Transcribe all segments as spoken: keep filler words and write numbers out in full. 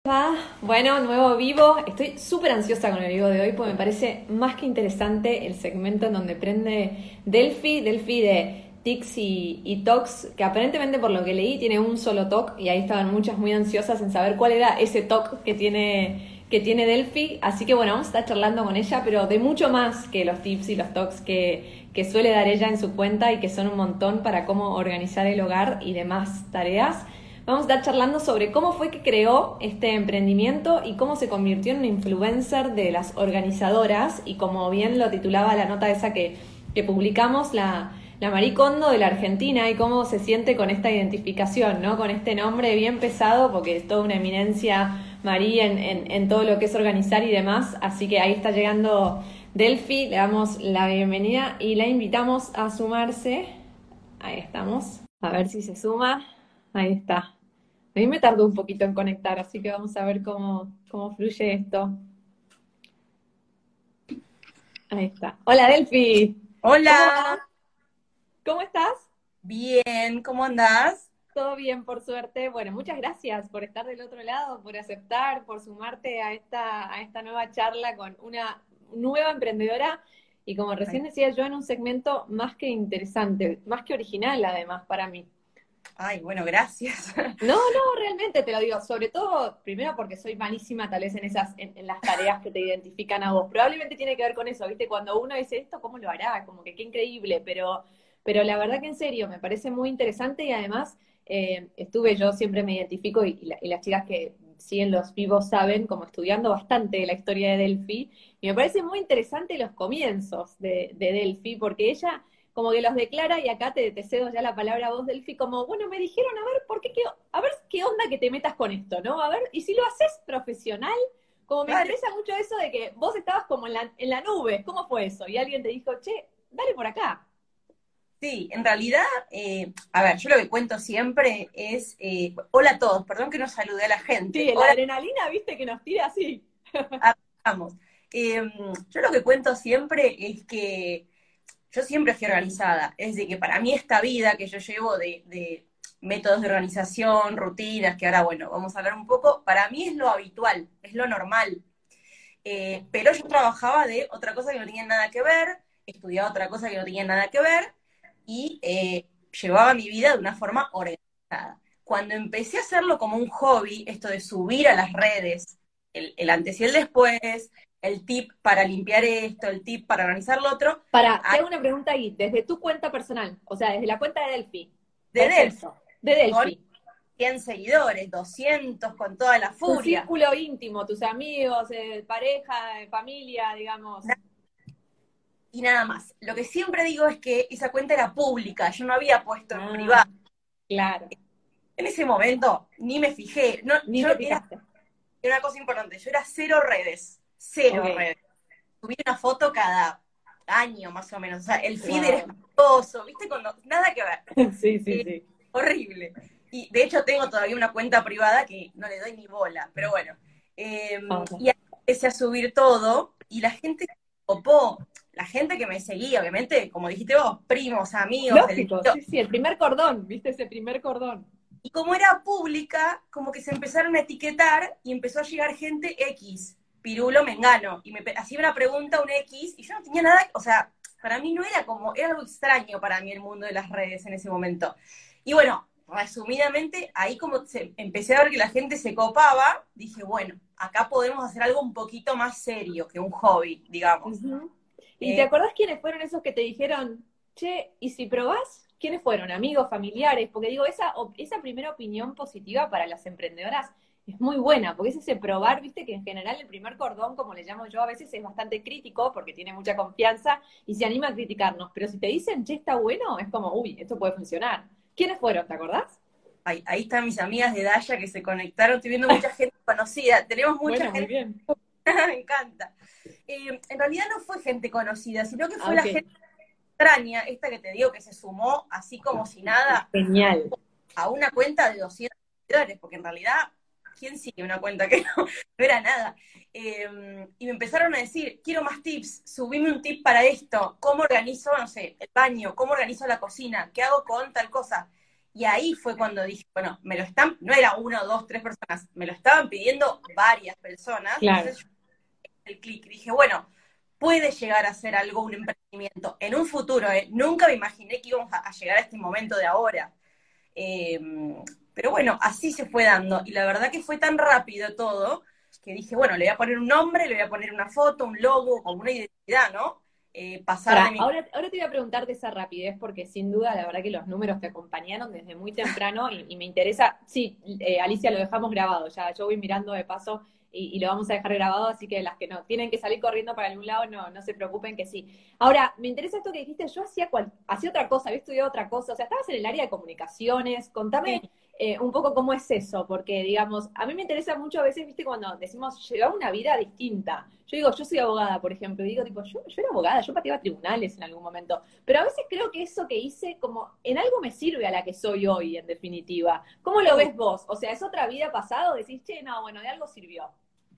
Pa, bueno, nuevo vivo. Estoy súper ansiosa con el vivo de hoy porque me parece más que interesante el segmento en donde prende Delphi, Delphi de tics y, y tocs, que aparentemente por lo que leí tiene un solo toc y ahí estaban muchas muy ansiosas en saber cuál era ese toc que tiene, que tiene Delphi. Así que bueno, vamos a estar charlando con ella, pero de mucho más que los tips y los tocs que, que suele dar ella en su cuenta y que son un montón para cómo organizar el hogar y demás tareas. Vamos a estar charlando sobre cómo fue que creó este emprendimiento y cómo se convirtió en una influencer de las organizadoras y como bien lo titulaba la nota esa que, que publicamos, la, la Marie Kondo de la Argentina y cómo se siente con esta identificación, ¿no? Con este nombre bien pesado porque es toda una eminencia Marie en, en, en todo lo que es organizar y demás, así que ahí está llegando Delphi, le damos la bienvenida y la invitamos a sumarse. Ahí estamos, a ver si se suma, ahí está. A mí me tardó un poquito en conectar, así que vamos a ver cómo, cómo fluye esto. Ahí está. Hola Delphi, ¿cómo va? Hola, ¿Cómo estás? bien, ¿cómo andás? Todo bien, por suerte. Bueno, muchas gracias por estar del otro lado, por aceptar, por sumarte a esta, a esta nueva charla con una nueva emprendedora y como Ay, recién decía yo, en un segmento más que interesante, más que original además para mí. ay, bueno, gracias. No, no, realmente te lo digo, sobre todo, primero porque soy malísima tal vez en esas, en, en las tareas que te identifican a vos. Probablemente tiene que ver con eso, ¿viste? Cuando uno dice esto, ¿cómo lo hará? Como que qué increíble, pero, pero la verdad que en serio, me parece muy interesante y además eh, estuve, yo siempre me identifico y, y la- y las chicas que siguen los vivos saben, como estudiando bastante la historia de Delphi, y me parece muy interesante los comienzos de, de Delphi, porque ella como que los declara y acá te, te cedo ya la palabra a vos, Delphi, como, bueno, me dijeron, a ver, ¿por qué, qué, a ver qué onda que te metas con esto, ¿no? A ver, y si lo haces profesional, como me Claro, interesa mucho eso de que vos estabas como en la, en la nube, ¿cómo fue eso? Y alguien te dijo, che, dale por acá. sí, en realidad, eh, a ver, yo lo que cuento siempre es, eh, hola a todos, perdón que no saludé a la gente, Sí, la hola, adrenalina, viste, que nos tira así. vamos. Eh, yo lo que cuento siempre es que yo siempre fui organizada, es de que para mí esta vida que yo llevo de, de métodos de organización, rutinas, que ahora, bueno, vamos a hablar un poco, para mí es lo habitual, es lo normal. Eh, pero yo trabajaba de otra cosa que no tenía nada que ver, estudiaba otra cosa que no tenía nada que ver y eh, llevaba mi vida de una forma organizada. Cuando empecé a hacerlo como un hobby, esto de subir a las redes, el, el antes y el después, el tip para limpiar esto, el tip para organizar lo otro, Para, te ahí, hago una pregunta ahí, desde tu cuenta personal, o sea, desde la cuenta de Delphi. de Delphi, Perfecto. De con Delphi. cien seguidores, doscientos con toda la Tu furia. círculo íntimo, tus amigos, eh, pareja, eh, familia, digamos. Y nada más. Lo que siempre digo es que esa cuenta era pública, yo no había puesto en Ah, privado. claro. En ese momento ni me fijé. No, Ni yo te era fijaste. una cosa importante, yo era cero redes, cero Ok. redes. Subí una foto cada año más o menos. O sea, el feed era Wow. espantoso, ¿viste? Cuando, nada que ver. Sí, sí, Eh, sí. horrible. Y de hecho tengo todavía una cuenta privada que no le doy ni bola, pero bueno. Eh, Ok. y ahí empecé a subir todo y la gente se copó. La gente que me seguía, obviamente, como dijiste vos, primos, amigos, el Lógico, sí, sí, el primer cordón, ¿viste ese primer cordón? y como era pública, como que se empezaron a etiquetar y empezó a llegar gente X, Pirulo Mengano, y me hacía una pregunta un X, y yo no tenía nada, o sea, para mí no era como, era algo extraño para mí el mundo de las redes en ese momento. Y bueno, resumidamente, ahí como se, empecé a ver que la gente se copaba, dije, bueno, acá podemos hacer algo un poquito más serio que un hobby, digamos. Ujú. ¿Y te Eh, acordás quiénes fueron esos que te dijeron, che, ¿y si probás? ¿Quiénes fueron? ¿Amigos, familiares? Porque digo, esa, op- esa primera opinión positiva para las emprendedoras es muy buena, porque es ese probar, viste que en general el primer cordón, como le llamo yo, a veces es bastante crítico porque tiene mucha confianza y se anima a criticarnos. Pero si te dicen, che, está bueno, es como, uy, esto puede funcionar. ¿Quiénes fueron? ¿Te acordás? ahí, ahí están mis amigas de Daya que se conectaron, estoy viendo mucha gente conocida, tenemos mucha Bueno, muy gente, bien. me encanta. Eh, en realidad no fue gente conocida, sino que Ah, fue la ok. gente extraña, esta que te digo que se sumó así como si nada Genial. a una cuenta de doscientos seguidores, porque en realidad, ¿quién sigue una cuenta que no, no era nada? Eh, y me empezaron a decir, quiero más tips, subime un tip para esto, cómo organizo, no sé, el baño, cómo organizo la cocina, qué hago con tal cosa. Y ahí fue cuando dije, bueno, me lo están, no era una, dos, tres personas, me lo estaban pidiendo varias personas. Claro. Entonces yo el clic, dije, bueno, puede llegar a ser algo, un emprendimiento en un futuro, ¿eh? Nunca me imaginé que íbamos a, a llegar a este momento de ahora. Eh, pero bueno, así se fue dando. Y la verdad que fue tan rápido todo que dije, bueno, le voy a poner un nombre, le voy a poner una foto, un logo, como una identidad, ¿no? Eh, pasar Ahora, de mi... ahora, ahora te voy a preguntar de esa rapidez, porque sin duda, la verdad que los números te acompañaron desde muy temprano y, y me interesa. Sí, eh, Alicia, lo dejamos grabado, ya yo voy mirando de paso y, y lo vamos a dejar grabado, así que las que no tienen que salir corriendo para algún lado, no, no se preocupen que sí. Ahora, me interesa esto que dijiste, yo hacía, cual, hacía otra cosa, había estudiado otra cosa, o sea, estabas en el área de comunicaciones, contame Sí. eh, un poco cómo es eso, porque digamos, a mí me interesa mucho a veces, viste, cuando decimos llevar una vida distinta. Yo digo, yo soy abogada, por ejemplo, y digo, tipo, yo, yo era abogada, yo pateaba tribunales en algún momento, pero a veces creo que eso que hice, como en algo me sirve a la que soy hoy, en definitiva. ¿Cómo lo ves vos? O sea, ¿es otra vida pasada o decís, che, no, bueno, de algo sirvió?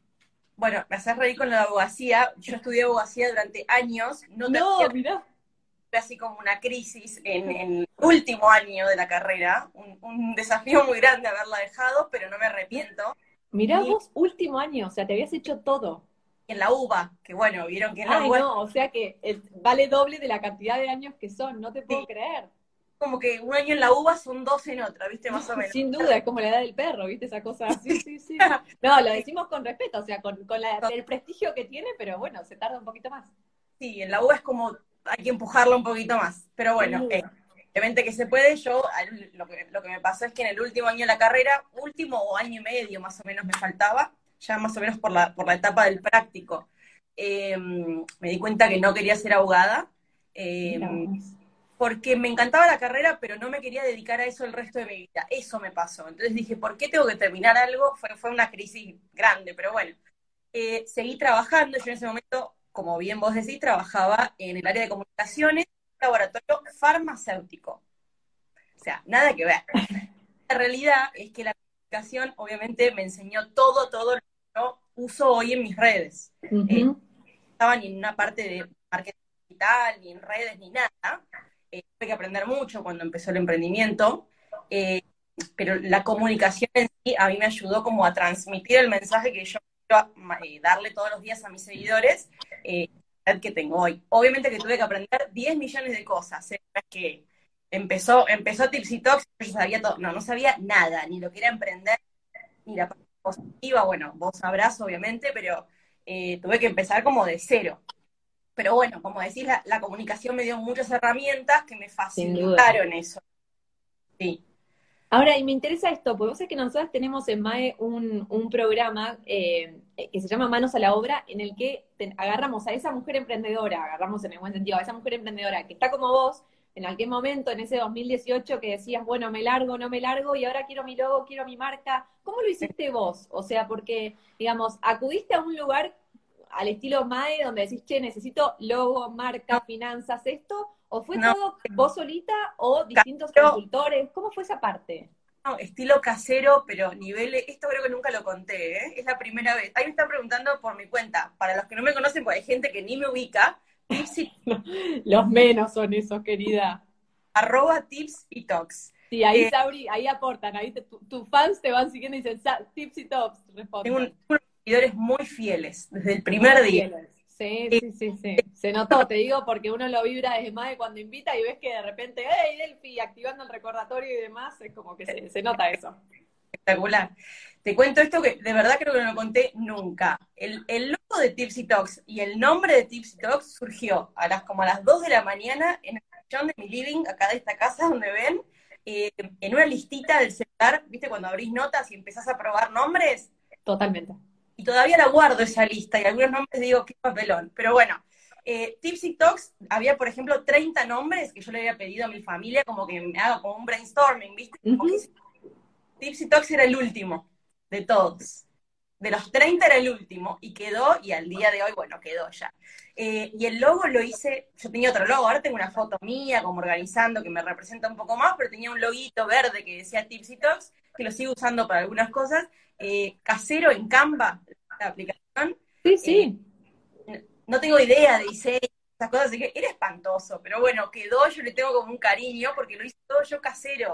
Bueno, me haces reír con la abogacía. Yo estudié abogacía durante años, no No, terminé, mirá. así como una crisis en, en el último año de la carrera, un, un desafío muy grande haberla dejado, pero no me arrepiento. Mirá Ni vos, último año, o sea, te habías hecho todo. en la UBA, que bueno, vieron que en la Ay, UBA, no, o sea que eh, vale doble de la cantidad de años que son, no te puedo sí, creer. como que un año en la UBA son dos en otra, ¿viste? Más o menos. Sin duda, es como la edad del perro, ¿viste? Esa cosa. Sí, sí, sí. No, lo decimos con respeto, o sea, con, con la- el prestigio que tiene, pero bueno, se tarda un poquito más. Sí, en la UBA es como, hay que empujarla un poquito más. Pero Sin bueno, eh, duda. obviamente que se puede. Yo, al- lo que, lo que me pasó es que en el último año de la carrera, último o año y medio más o menos me faltaba, ya más o menos por la, por la etapa del práctico, eh, me di cuenta que no quería ser abogada, Mira eh, vos. porque me encantaba la carrera, pero no me quería dedicar a eso el resto de mi vida. Eso me pasó. Entonces dije, ¿por qué tengo que terminar algo? Fue, fue una crisis grande, pero bueno. Eh, seguí trabajando, yo en ese momento, como bien vos decís, trabajaba en el área de comunicaciones, laboratorio farmacéutico. O sea, nada que ver. La realidad es que la comunicación obviamente me enseñó todo, todo lo que yo uso hoy en mis redes. Eh, Ujú. no estaba ni en una parte de marketing digital, ni en redes, ni nada. Eh, tuve que aprender mucho cuando empezó el emprendimiento. Eh, pero la comunicación en sí a mí me ayudó como a transmitir el mensaje que yo quiero eh, darle todos los días a mis seguidores, eh, que tengo hoy. Obviamente que tuve que aprender diez millones de cosas, ¿eh? No es que empezó, empezó Tipsy Talks, yo sabía todo, no, no sabía nada, ni lo que era emprender, ni la parte positiva, bueno, vos sabrás obviamente, pero eh, tuve que empezar como de cero. Pero bueno, como decís, la, la comunicación me dio muchas herramientas que me Sin duda. facilitaron eso. Sí. Ahora, y me interesa esto, porque vos sabés que nosotros tenemos en MAE un, un programa eh, que se llama Manos a la Obra, en el que te- agarramos a esa mujer emprendedora, agarramos en el buen sentido, a esa mujer emprendedora que está como vos, en aquel momento, en ese dos mil dieciocho, que decías, bueno, me largo, no me largo, y ahora quiero mi logo, quiero mi marca. ¿Cómo lo hiciste vos? O sea, porque, digamos, acudiste a un lugar al estilo MAE, donde decís, che, necesito logo, marca, finanzas, esto, o fue No, todo vos solita o distintos casero, consultores? ¿Cómo fue esa parte? no, estilo casero, pero nivel, esto creo que nunca lo conté, ¿eh? Es la primera vez. Ahí me están preguntando por mi cuenta. Para los que no me conocen, porque hay gente que ni me ubica, tips y, Los menos son esos, querida. arroba tips y talks. Sí, ahí Eh, Sabri, ahí aportan, ahí te- tu- tus fans te van siguiendo y dicen, "Sa- tips y tops", tengo un- responden. unos seguidores muy fieles desde el Muy primer día. fieles. Sí, Eh, sí, sí, sí. Se notó, te digo, porque uno lo vibra desde más de cuando invita y ves que de repente, hey, Delphi, activando el recordatorio y demás, es como que se, se nota eso. Espectacular. Te cuento esto que de verdad creo que no lo conté nunca. El, el logo de Tipsy Talks y el nombre de Tipsy Talks surgió a las como a las dos de la mañana en el sillón de mi living, acá de esta casa donde ven, eh, en una listita del celular, ¿viste? Cuando abrís notas y empezás a probar nombres, Totalmente. y todavía la guardo esa lista, y algunos nombres digo, qué papelón. Pero bueno, eh, Tipsy Talks, había por ejemplo treinta nombres que yo le había pedido a mi familia como que me haga como un brainstorming, ¿viste? Como que Ujú. Tipsy Talks era el último de todos. De los treinta era el último y quedó, y al día de hoy, bueno, quedó ya. Eh, y el logo lo hice, yo tenía otro logo, ahora tengo una foto mía como organizando que me representa un poco más, pero tenía un loguito verde que decía Tipsy Talks, que lo sigo usando para algunas cosas, eh, casero en Canva, la aplicación. Sí, Eh, sí. no tengo idea de diseño, esas cosas, así que era espantoso, pero bueno, quedó, yo le tengo como un cariño porque lo hice todo yo casero.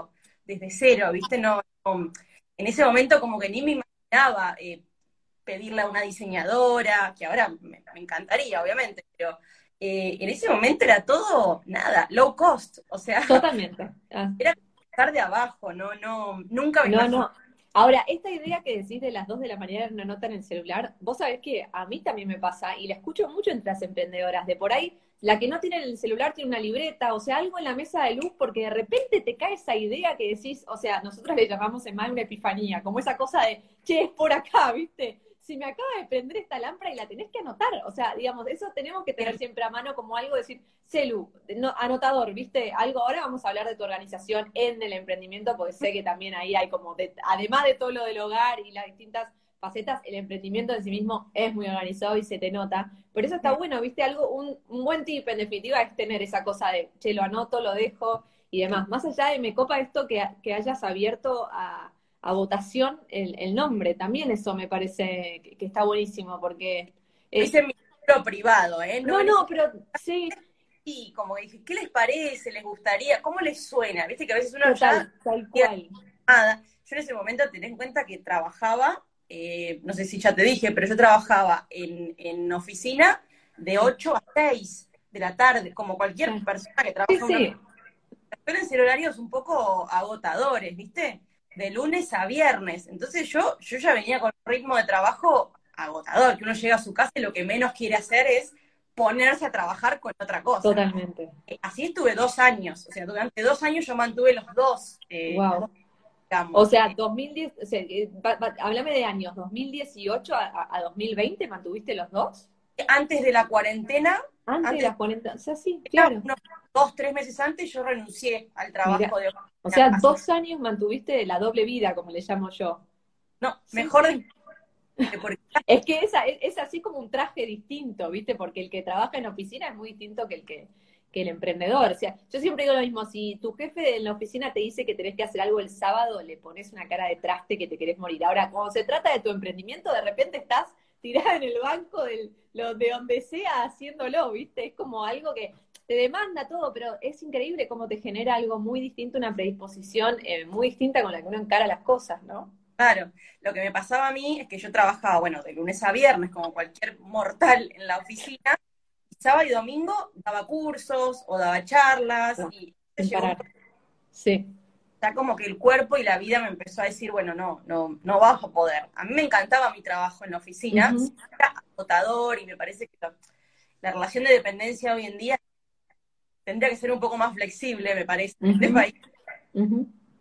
desde cero, ¿viste? No, no- en ese momento como que ni me imaginaba eh, pedirle a una diseñadora, que ahora me, me encantaría, obviamente, pero eh, en ese momento era todo, nada, low cost, o sea, Totalmente. Ah. era estar de abajo, no, no, nunca me No, imaginé. no. Ahora, esta idea que decís de las dos de la mañana en una nota en el celular, vos sabés que a mí también me pasa, y la escucho mucho entre las emprendedoras, de por ahí, la que no tiene el celular tiene una libreta, o sea, algo en la mesa de luz, porque de repente te cae esa idea que decís, o sea, nosotros le llamamos en mal una epifanía, como esa cosa de, che, es por acá, ¿viste? Si me acaba de prender esta lámpara y la tenés que anotar, o sea, digamos, eso tenemos que tener siempre a mano como algo, decir, celu, no, anotador, ¿viste? Algo, ahora vamos a hablar de tu organización en el emprendimiento, porque sé que también ahí hay como, de, además de todo lo del hogar y las distintas facetas, el emprendimiento en sí mismo es muy organizado y se te nota. Por eso está bueno, ¿viste? Algo, un, un buen tip en definitiva es tener esa cosa de, che, lo anoto, lo dejo y demás. Más allá de, me copa esto que, que hayas abierto a, a votación el, el nombre, también eso me parece que, que está buenísimo, porque... Lo Eh, hice en mi libro privado, ¿eh? No no, en ese no, pero sí, y como dije, ¿qué les parece? ¿Les gustaría? ¿Cómo les suena? Viste que a veces uno total, ya tal cual. nada. Yo en ese momento tenés en cuenta que trabajaba, eh, no sé si ya te dije, pero yo trabajaba en, en oficina de Sí, ocho a seis de la tarde, como cualquier claro. persona que Sí, trabaja en una sí, empresa. Suelen ser horarios un poco agotadores, ¿viste? De lunes a viernes. Entonces yo, yo ya venía con un ritmo de trabajo agotador, que uno llega a su casa y lo que menos quiere hacer es ponerse a trabajar con otra cosa. totalmente. Eh, así estuve dos años, o sea, durante dos años yo mantuve los dos, eh, las dos, Wow. O digamos. sea, Eh, dos mil diez, o sea, eh, va- va- háblame de años, dos mil dieciocho a, a, a dos mil veinte, ¿mantuviste los dos? antes de la cuarentena, Antes de antes las cuarenta, o sea, sí, de la, claro. unos dos, tres meses antes, yo renuncié al Mira, trabajo de o oficina. sea, Así, dos años mantuviste la doble vida, como le llamo yo. no, Sí, mejor sí. de porque Es que esa, es, es así como un traje distinto, ¿viste? Porque el que trabaja en oficina es muy distinto que el que, que el emprendedor. O sea, yo siempre digo lo mismo, si tu jefe en la oficina te dice que tenés que hacer algo el sábado, le pones una cara de traste que te querés morir. Ahora, cuando se trata de tu emprendimiento, de repente estás tirada en el banco del, lo, de donde sea haciéndolo, ¿viste? Es como algo que te demanda todo, pero es increíble cómo te genera algo muy distinto, una predisposición eh, muy distinta con la que uno encara las cosas, ¿no? claro, lo que me pasaba a mí es que yo trabajaba, bueno, de lunes a viernes, como cualquier mortal en la oficina, y sábado y domingo daba cursos o daba charlas, No, y sin llegó un parar. Sí. ya como que el cuerpo y la vida me empezó a decir, bueno, no, no, no vas a poder. A mí me encantaba mi trabajo en la oficina, sí, Ujú, era agotador y me parece que la, la relación de dependencia hoy en día tendría que ser un poco más flexible, me parece, en este ujú, país. ujú.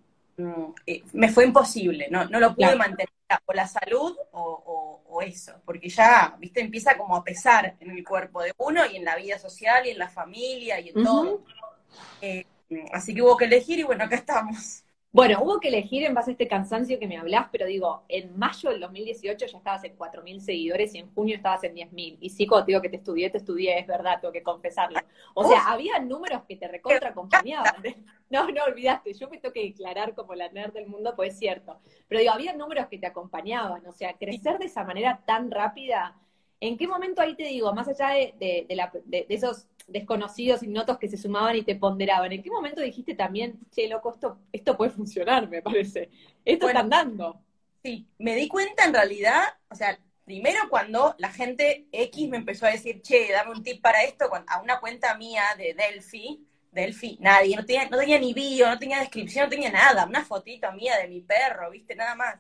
Mm, eh, me fue imposible, no, no lo pude Claro, mantener, o la salud o, o, o eso, porque ya, viste, empieza como a pesar en el cuerpo de uno y en la vida social y en la familia y en todo. ujú. Eh, así que hubo que elegir y bueno, acá estamos. Bueno, hubo que elegir en base a este cansancio que me hablás, pero digo, en mayo del dos mil dieciocho ya estabas en cuatro mil seguidores y en junio estabas en diez mil. Y sí, cuando te digo que te estudié, te estudié, es verdad, tengo que confesarlo. O Uf, sea, había números que te recontra acompañaban. No, no, olvidaste, yo me tengo que declarar como la nerd del mundo, pues es cierto. Pero digo, había números que te acompañaban, o sea, crecer de esa manera tan rápida. ¿En qué momento ahí te digo, más allá de, de, de, la, de, de esos desconocidos ignotos que se sumaban y te ponderaban, ¿en qué momento dijiste también, che, loco, esto, esto puede funcionar, me parece? Esto está bueno, andando. sí, me di cuenta en realidad, o sea, primero cuando la gente X me empezó a decir, che, dame un tip para esto, a una cuenta mía de Delphi, Delphi, nadie, no tenía, no tenía ni bio, no tenía descripción, no tenía nada, una fotito mía de mi perro, viste, nada más.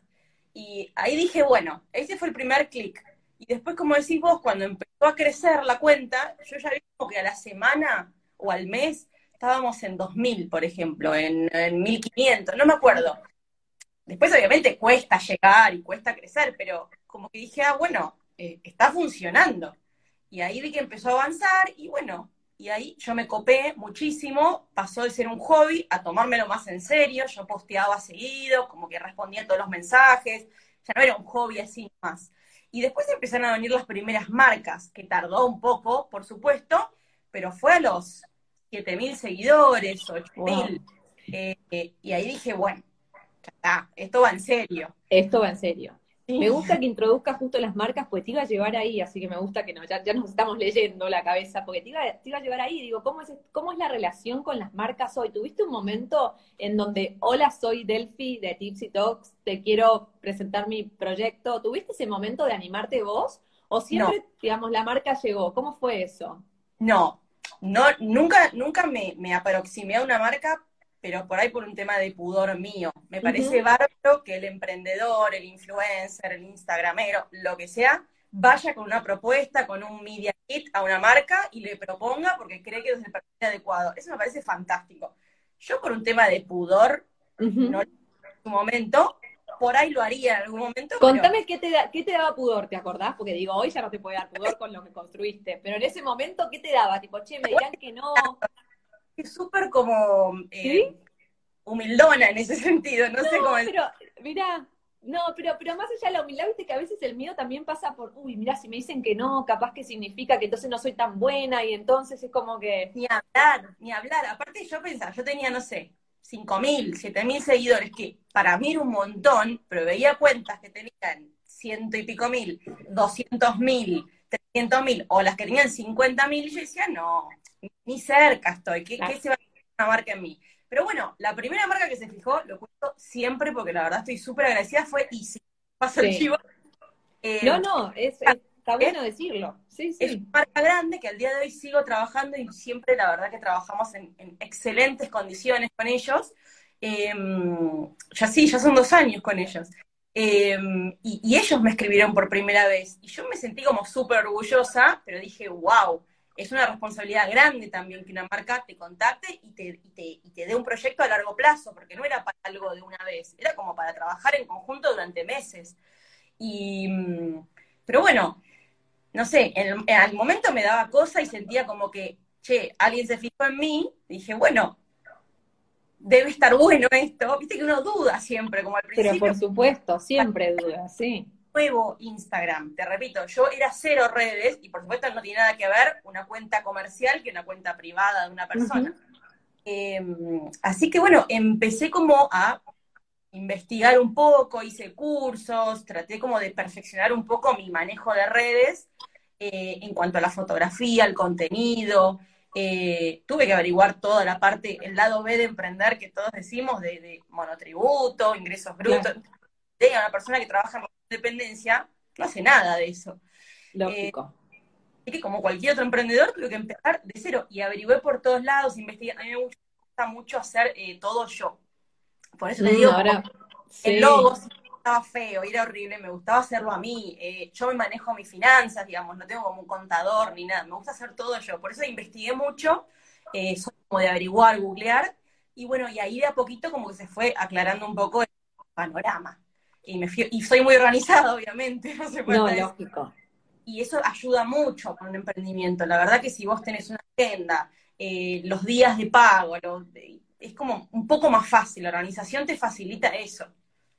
Y ahí dije, bueno, ese fue el primer clic. Y después, como decís vos, cuando empezó a crecer la cuenta, yo ya vi como que a la semana o al mes estábamos en dos mil, por ejemplo, en, en mil quinientos, no me acuerdo. Después, obviamente, cuesta llegar y cuesta crecer, pero como que dije, ah, bueno, eh, está funcionando. Y ahí vi que empezó a avanzar y bueno, y ahí yo me copé muchísimo, pasó de ser un hobby a tomármelo más en serio, yo posteaba seguido, como que respondía a todos los mensajes, ya no era un hobby así más. Y después empezaron a venir las primeras marcas, que tardó un poco, por supuesto, pero fue a los siete mil seguidores, ocho Wow. mil, eh, eh, y ahí dije, bueno, ah, esto va en serio. Esto va en serio. Me gusta que introduzcas justo las marcas, pues te iba a llevar ahí, así que me gusta que no, ya, ya nos estamos leyendo la cabeza, porque te iba, te iba a llevar ahí, digo, ¿cómo es, ¿cómo es la relación con las marcas hoy? ¿Tuviste un momento en donde, hola, soy Delphi de Tipsy Talks, te quiero presentar mi proyecto? ¿Tuviste ese momento de animarte vos? ¿O No, siempre, digamos, la marca llegó? ¿Cómo fue eso? no, no, nunca, nunca me, me aproximé a una marca, pero por ahí por un tema de pudor mío. Me parece Ujú. bárbaro que el emprendedor, el influencer, el instagramero, lo que sea, vaya con una propuesta, con un media kit a una marca y le proponga porque cree que es el perfil adecuado. Eso me parece fantástico. Yo por un tema de pudor, no Ujú. en su momento, por ahí lo haría en algún momento, pero Contame qué te, da, qué te daba pudor, ¿te acordás? Porque digo, hoy ya no te puede dar pudor con lo que construiste, pero en ese momento, ¿qué te daba? Tipo, che, me dirán que no, es súper como ¿sí? eh, humildona en ese sentido, no No, sé cómo decir. pero, mirá, no, pero, pero más allá de la humildad, viste que a veces el miedo también pasa por, uy, mirá, si me dicen que no, capaz que significa que entonces no soy tan buena y entonces es como que, Ni hablar, ni hablar. Aparte yo pensaba, yo tenía, no sé, cinco mil, siete mil seguidores, que para mí era un montón, pero veía cuentas que tenían ciento y pico mil, doscientos mil, trescientos mil, o las que tenían cincuenta mil, y yo decía, no, ni cerca estoy, ¿qué, qué claro. se va a hacer una marca en mí? Pero bueno, la primera marca que se fijó, lo cuento siempre porque la verdad estoy súper agradecida, fue Easy. Paso el Sí. chivo. Eh, No, no, es, es- está bueno decirlo, sí, es sí. una marca grande que al día de hoy sigo trabajando y siempre la verdad que trabajamos en, en excelentes condiciones con ellos. Eh, ya sí, ya son dos años con ellos. Eh, y, y ellos me escribieron por primera vez y yo me sentí como súper orgullosa, pero dije, wow, es una responsabilidad grande también que una marca te contacte y te, y te, y te dé un proyecto a largo plazo, porque no era para algo de una vez, era como para trabajar en conjunto durante meses. Y, pero bueno, no sé, en, en al momento me daba cosa y sentía como que, che, alguien se fijó en mí, dije, bueno, debe estar bueno esto, viste que uno duda siempre, como al Pero principio, por supuesto, siempre duda, sí. nuevo Instagram, te repito, yo era cero redes y por supuesto no tiene nada que ver una cuenta comercial que una cuenta privada de una persona. Ujú. Eh, así que bueno, empecé como a investigar un poco, hice cursos, traté como de perfeccionar un poco mi manejo de redes eh, en cuanto a la fotografía, al contenido. Eh, tuve que averiguar toda la parte, el lado B de emprender que todos decimos, de, de monotributo, ingresos Claro, brutos. De una persona que trabaja en dependencia no hace nada de eso. Eh, lógico. Así que como cualquier otro emprendedor tuve que empezar de cero y averigué por todos lados, investigué. A mí me gusta mucho hacer eh, todo yo. Por eso te Mm, digo, ahora, el sí. logo sí estaba feo, era horrible, me gustaba hacerlo a mí. Eh, yo me manejo mis finanzas, digamos, no tengo como un contador ni nada, me gusta hacer todo yo. Por eso investigué mucho, eh, soy como de averiguar, googlear, y bueno, y ahí de a poquito como que se fue aclarando un poco el panorama. Y, me fui- y soy muy organizada, obviamente, no hace No, falta decir. lógico. Y eso ayuda mucho con un emprendimiento. La verdad que si vos tenés una agenda, eh, los días de pago, los- es como un poco más fácil, la organización te facilita eso.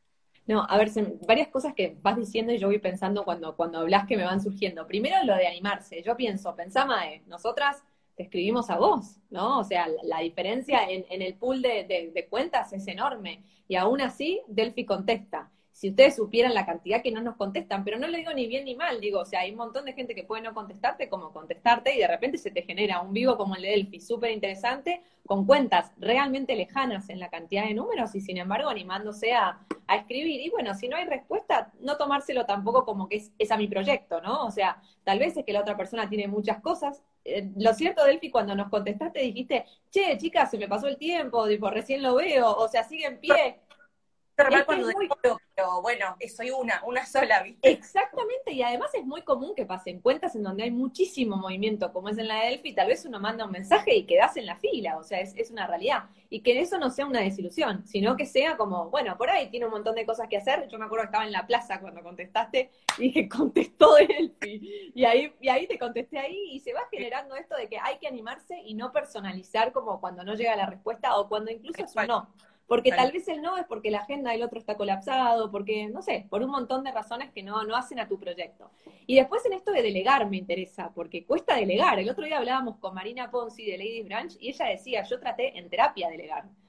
No, a ver, se- varias cosas que vas diciendo y yo voy pensando cuando, cuando hablas que me van surgiendo. Primero, lo de animarse. Yo pienso, pensá, Mae, nosotras te escribimos a vos, ¿no? O sea, la, la diferencia en, en el pool de, de- de cuentas es enorme. Y aún así, Delphi contesta. Si ustedes supieran la cantidad que no nos contestan, pero no le digo ni bien ni mal, digo, o sea, hay un montón de gente que puede no contestarte como contestarte y de repente se te genera un vivo como el de Delphi, súper interesante, con cuentas realmente lejanas en la cantidad de números y sin embargo animándose a, a escribir. Y bueno, si no hay respuesta, no tomárselo tampoco como que es, es a mi proyecto, ¿no? O sea, tal vez es que la otra persona tiene muchas cosas. Eh, lo cierto, Delphi, cuando nos contestaste dijiste, che, chicas, se me pasó el tiempo, tipo, recién lo veo, o sea, sigue en pie. Normal Es que es cuando muy demoro, pero bueno, soy una, una sola, ¿viste? exactamente, y además es muy común que pasen cuentas en donde hay muchísimo movimiento, como es en la de Delphi, tal vez uno manda un mensaje y quedás en la fila, o sea, es, es una realidad. Y que eso no sea una desilusión, sino que sea como, bueno, por ahí tiene un montón de cosas que hacer. Yo me acuerdo que estaba en la plaza cuando contestaste y dije, contestó Delphi. Y ahí, y ahí te contesté ahí y se va generando esto de que hay que animarse y no personalizar como cuando no llega la respuesta o cuando incluso es un Tal no. Porque cual. tal vez el no es porque la agenda del otro está colapsado, porque, no sé, por un montón de razones que no, no hacen a tu proyecto. Y después en esto de delegar me interesa, porque cuesta delegar. El otro día hablábamos con Marina Ponzi de Ladies Branch y ella decía, yo traté en terapia delegar.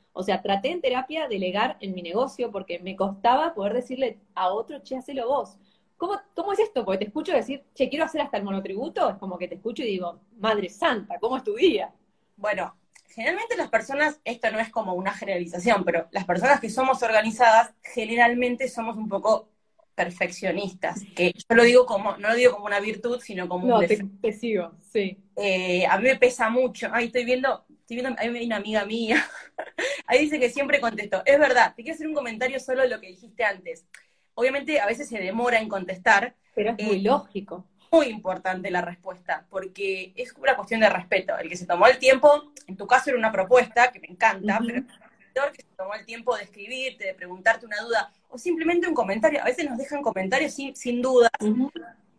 O sea, traté en terapia delegar en mi negocio porque me costaba poder decirle a otro, che, hacelo vos. ¿Cómo, ¿Cómo es esto? Porque te escucho decir, che, quiero hacer hasta el monotributo, es como que te escucho y digo, Madre Santa, ¿cómo es tu día? Bueno, generalmente las personas, esto no es como una generalización, pero las personas que somos organizadas, generalmente somos un poco perfeccionistas, que yo lo digo como, no lo digo como una virtud, sino como un No, te, defecto. te sigo, sí. Eh, a mí me pesa mucho, ay, estoy viendo, estoy viendo, ahí hay una amiga mía, ahí dice que siempre contesto, es verdad, te quiero hacer un comentario solo de lo que dijiste antes. Obviamente a veces se demora en contestar, Pero es muy eh, lógico. muy importante la respuesta, porque es una cuestión de respeto. El que se tomó el tiempo, en tu caso era una propuesta, que me encanta, pero Ujú. el que se tomó el tiempo de escribirte, de preguntarte una duda, o simplemente un comentario, a veces nos dejan comentarios sin, sin dudas, Ujú.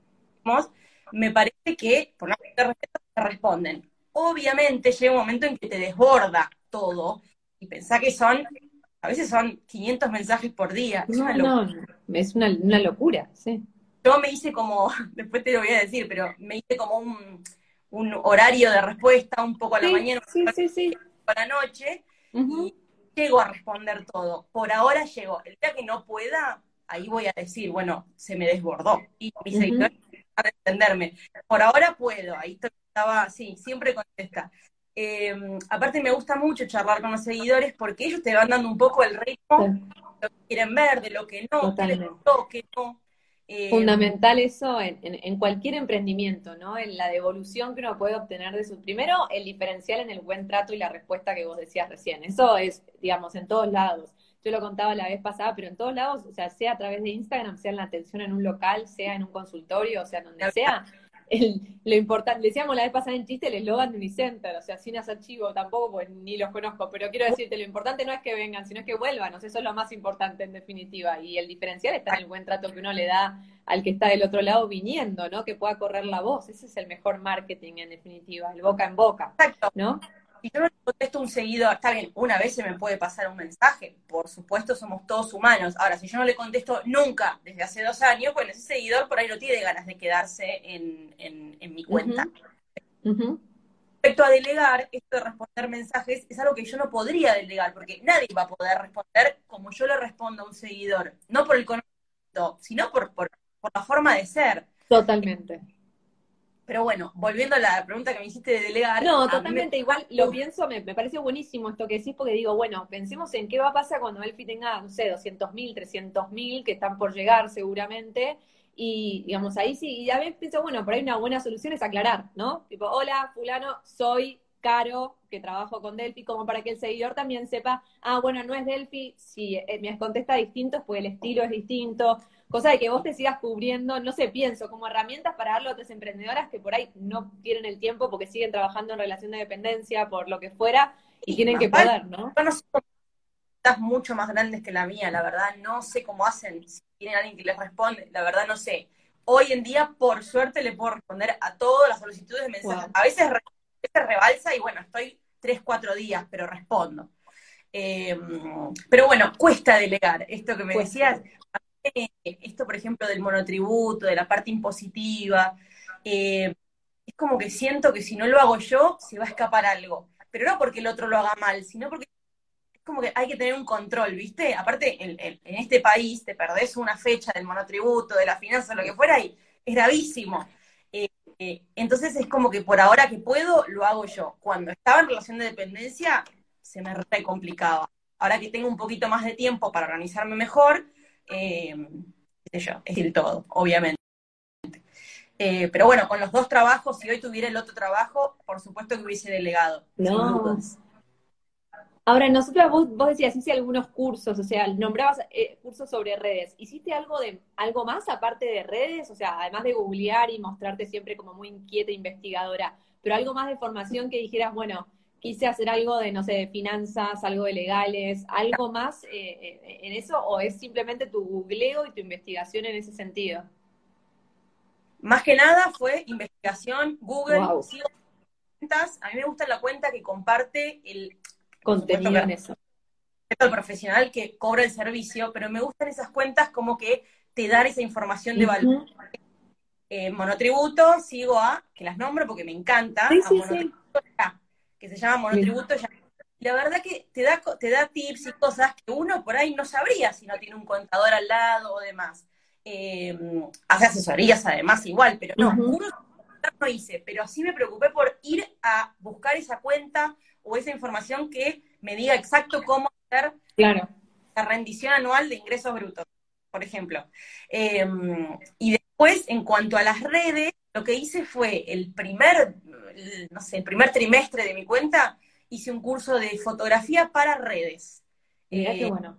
me parece que, por no tener respeto, te responden. Obviamente llega un momento en que te desborda todo, y pensá que son, a veces son quinientos mensajes por día, es una No, locura. no, no. Es una, una locura, sí. Yo me hice como, después te lo voy a decir, pero me hice como un, un horario de respuesta, un poco a la Sí, mañana, sí, un sí, sí. poco a la noche, y Ujú, llego a responder todo. Por ahora llego. El día que no pueda, ahí voy a decir, bueno, se me desbordó. Y mis ujú. seguidores van a entenderme. Por ahora puedo, ahí estoy- estaba, sí, siempre contesta. Eh, aparte me gusta mucho charlar con los seguidores porque ellos te van dando un poco el Sí, ritmo de lo que quieren ver, de lo que no, qué les totalmente. gustó, qué no. Eh, Fundamental eso en, en- en cualquier emprendimiento, ¿no? En la devolución que uno puede obtener de su... Primero, el diferencial en el buen trato y la respuesta que vos decías recién. Eso es, digamos, en todos lados. Yo lo contaba la vez pasada, pero en todos lados, o sea, sea a través de Instagram, sea en la atención en un local, sea en un consultorio, o sea, donde sea, el, lo importante, decíamos la vez pasada en chiste el eslogan de Unicenter, o sea, sin hacer chivo tampoco, pues ni los conozco, pero quiero decirte, lo importante no es que vengan, sino es que vuelvan, o sea, eso es lo más importante en definitiva, y el diferencial está en el buen trato que uno le da al que está del otro lado viniendo, ¿no? Que pueda correr la voz, ese es el mejor marketing en definitiva, el boca en boca, Exacto. ¿no? Si yo no le contesto a un seguidor, está bien, una vez se me puede pasar un mensaje, por supuesto somos todos humanos. Ahora, si yo no le contesto nunca desde hace dos años, bueno, ese seguidor por ahí no tiene ganas de quedarse en, en, en mi cuenta. Uh-huh, uh-huh. Respecto a delegar, esto de responder mensajes es algo que yo no podría delegar, porque nadie va a poder responder como yo le respondo a un seguidor, no por el conocimiento, sino por, por, por la forma de ser. Totalmente. Pero bueno, volviendo a la pregunta que me hiciste de delegar, No, a mí me totalmente. pasa, Igual lo uf, pienso, me, me parece buenísimo esto que decís, porque digo, bueno, pensemos en qué va a pasar cuando Elfi tenga, no sé, doscientos mil, trescientos mil, que están por llegar seguramente. Y, digamos, ahí sí, y a veces pienso, bueno, por ahí una buena solución es aclarar, ¿no? Tipo, hola, fulano, soy Caro, que trabajo con Delphi, como para que el seguidor también sepa, ah, bueno, no es Delphi, si eh, me contesta distinto es porque el estilo es distinto, cosa de que vos te sigas cubriendo, no sé, pienso, como herramientas para darle a otras emprendedoras que por ahí no tienen el tiempo porque siguen trabajando en relación de dependencia, por lo que fuera, y sí, tienen más que vale, poder, ¿no? yo no sé cómo estás mucho más grandes que la mía, la verdad, no sé cómo hacen, si tienen alguien que les responde, la verdad no sé. Hoy en día, por suerte, le puedo responder a todas las solicitudes de mensajes. Wow. A veces, re- a veces rebalsa y bueno, estoy tres, cuatro días, pero respondo. Eh, pero bueno, cuesta delegar. Esto que me Cuesta. decías, eh, esto por ejemplo del monotributo, de la parte impositiva, eh, es como que siento que si no lo hago yo, se va a escapar algo. Pero no porque el otro lo haga mal, sino porque es como que hay que tener un control, ¿viste? Aparte, en, en- en este país te perdés una fecha del monotributo, de la finanza, lo que fuera, y es gravísimo. Eh, eh, entonces es como que por ahora que puedo, lo hago yo. Cuando estaba en relación de dependencia, se me re complicaba. Ahora que tengo un poquito más de tiempo para organizarme mejor, eh, qué sé yo, es decir, todo, obviamente. Eh, pero bueno, con los dos trabajos, si hoy tuviera el otro trabajo, por supuesto que hubiese delegado, sin No. dudas. Ahora, nosotros, vos, vos decías, hice algunos cursos, o sea, nombrabas eh, cursos sobre redes. ¿Hiciste algo de algo más aparte de redes? O sea, además de googlear y mostrarte siempre como muy inquieta e investigadora, pero algo más de formación que dijeras, bueno, quise hacer algo de, no sé, de finanzas, algo de legales, algo más eh, eh, en eso, o es simplemente tu googleo y tu investigación en ese sentido? Más que nada fue investigación, Google, Wow, sigo cuentas, a mí me gusta la cuenta que comparte el, por supuesto que contenido en respeto eso. al profesional que cobra el servicio, pero me gustan esas cuentas como que te dan esa información de valor. Ujú. Eh, monotributo, sigo a, que las nombro porque me encanta, Sí, a sí, sí. Monotributo Ya, que se llama Bien. Monotributo Ya. La verdad que te da, co- te da tips y cosas que uno por ahí no sabría si no tiene un contador al lado o demás. Eh, Hace asesorías además igual, pero no, Ujú, uno no hice, pero sí me preocupé por ir a buscar esa cuenta o esa información que me diga exacto cómo hacer claro. la rendición anual de ingresos brutos, por ejemplo. Eh, y después, en cuanto a las redes, lo que hice fue el primer, el, no sé, el primer trimestre de mi cuenta, hice un curso de fotografía para redes. Mirá qué Eh, bueno.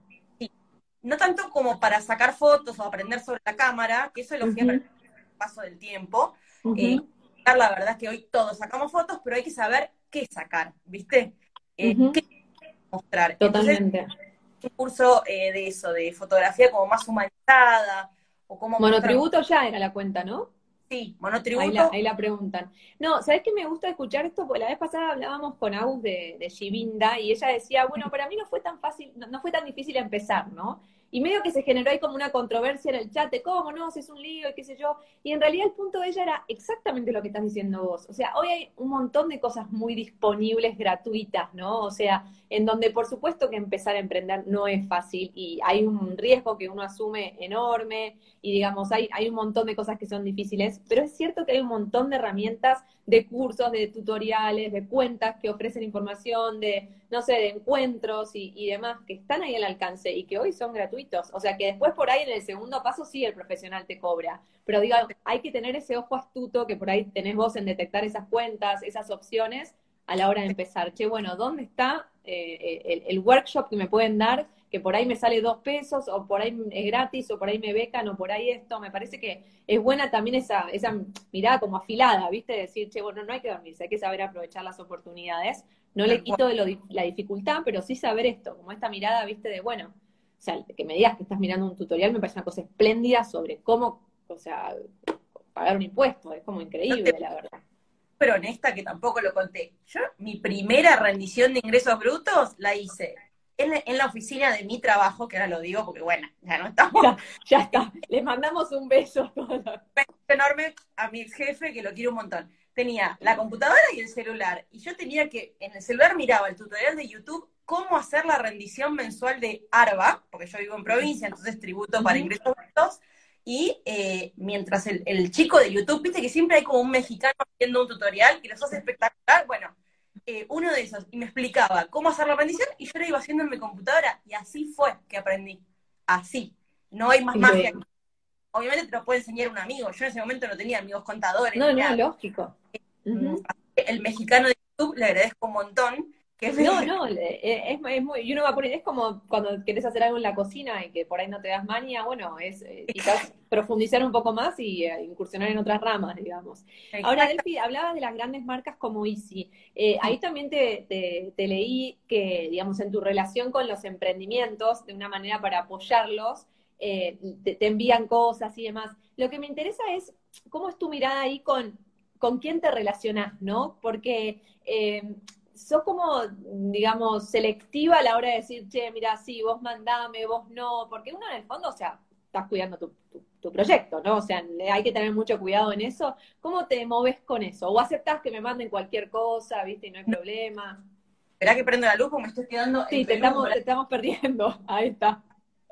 no tanto como para sacar fotos o aprender sobre la cámara, que eso lo fui Ujú, aprendiendo con el paso del tiempo. Eh, ujú, la verdad es que hoy todos sacamos fotos, pero hay que saber qué sacar, ¿viste? Eh, ujú. qué mostrar. Entonces, Totalmente. un curso eh, de eso, de fotografía como más humanizada, o cómo mostrar, Monotributo ya era la cuenta, ¿no? sí, Ahí la, monotributo, ahí la preguntan. No, ¿sabés qué me gusta escuchar esto? Porque la vez pasada hablábamos con Agus de, de Shivinda y ella decía, bueno, para mí no fue tan fácil, no, no fue tan difícil empezar, ¿no? Y medio que se generó ahí como una controversia en el chat de cómo no, si es un lío y qué sé yo. Y en realidad el punto de ella era exactamente lo que estás diciendo vos. O sea, hoy hay un montón de cosas muy disponibles, gratuitas, ¿no? O sea, en donde por supuesto que empezar a emprender no es fácil y hay un riesgo que uno asume enorme y digamos, hay, hay un montón de cosas que son difíciles, pero es cierto que hay un montón de herramientas, de cursos, de tutoriales, de cuentas que ofrecen información, de, no sé, de encuentros y, y demás, que están ahí al alcance y que hoy son gratuitos. O sea, que después por ahí en el segundo paso sí el profesional te cobra, pero digo, hay que tener ese ojo astuto que por ahí tenés vos en detectar esas cuentas, esas opciones a la hora de empezar. Che, bueno, ¿dónde está eh, el, el workshop que me pueden dar? Que por ahí me sale dos pesos, o por ahí es gratis, o por ahí me becan, o por ahí esto. Me parece que es buena también esa, esa mirada como afilada, ¿viste? De decir, che, bueno, no hay que dormirse, hay que saber aprovechar las oportunidades. No le tal cual. quito de lo, la dificultad, pero sí saber esto, como esta mirada, ¿viste? De, bueno, o sea, que me digas que estás mirando un tutorial me parece una cosa espléndida sobre cómo, o sea, pagar un impuesto. Es como Yo te increíble, la verdad. pero honesta que tampoco lo conté. Yo, mi primera rendición de ingresos brutos la hice en la, en la oficina de mi trabajo, que ahora lo digo porque, bueno, ya no estamos. Ya, ya está. Les mandamos un beso a todos. Enorme a mi jefe, que lo quiero un montón. Tenía la computadora y el celular. Y yo tenía que, en el celular miraba el tutorial de YouTube, cómo hacer la rendición mensual de ARBA, porque yo vivo en provincia, entonces tributo para Ujú. ingresos brutos. Y eh, mientras el, el, chico de YouTube, viste que siempre hay como un mexicano haciendo un tutorial que los hace espectacular, bueno, eh, uno de esos, y me explicaba cómo hacer la rendición, y yo lo iba haciendo en mi computadora, y así fue que aprendí. Así. No hay más magia. Bien. Obviamente te lo puede enseñar un amigo. Yo en ese momento no tenía amigos contadores No, ni no, nada. lógico. Mm, Ujú. El mexicano de YouTube le agradezco un montón que No, me... no, le- es, es muy, y uno va a poner, es como cuando querés hacer algo en la cocina y que por ahí no te das maña, bueno, es eh, quizás profundizar un poco más y eh, incursionar en otras ramas, digamos. Ahora, Exacto, Delphi, hablabas de las grandes marcas como Easy. Eh, sí. ahí también te, te, te leí que, digamos, en tu relación con los emprendimientos, de una manera para apoyarlos, eh, te, te envían cosas y demás. Lo que me interesa es cómo es tu mirada ahí con, con quién te relacionás, ¿no? Porque... Eh, sos como, digamos, selectiva a la hora de decir, che, mira, sí, vos mandame, vos no, porque uno en el fondo, o sea, estás cuidando tu, tu, tu proyecto, ¿no? O sea, hay que tener mucho cuidado en eso. ¿Cómo te moves con eso? ¿O aceptás que me manden cualquier cosa, viste, y no hay No, problema? esperá que prendo la luz porque me estoy quedando Sí, te entre luz. estamos, te estamos perdiendo. Ahí está.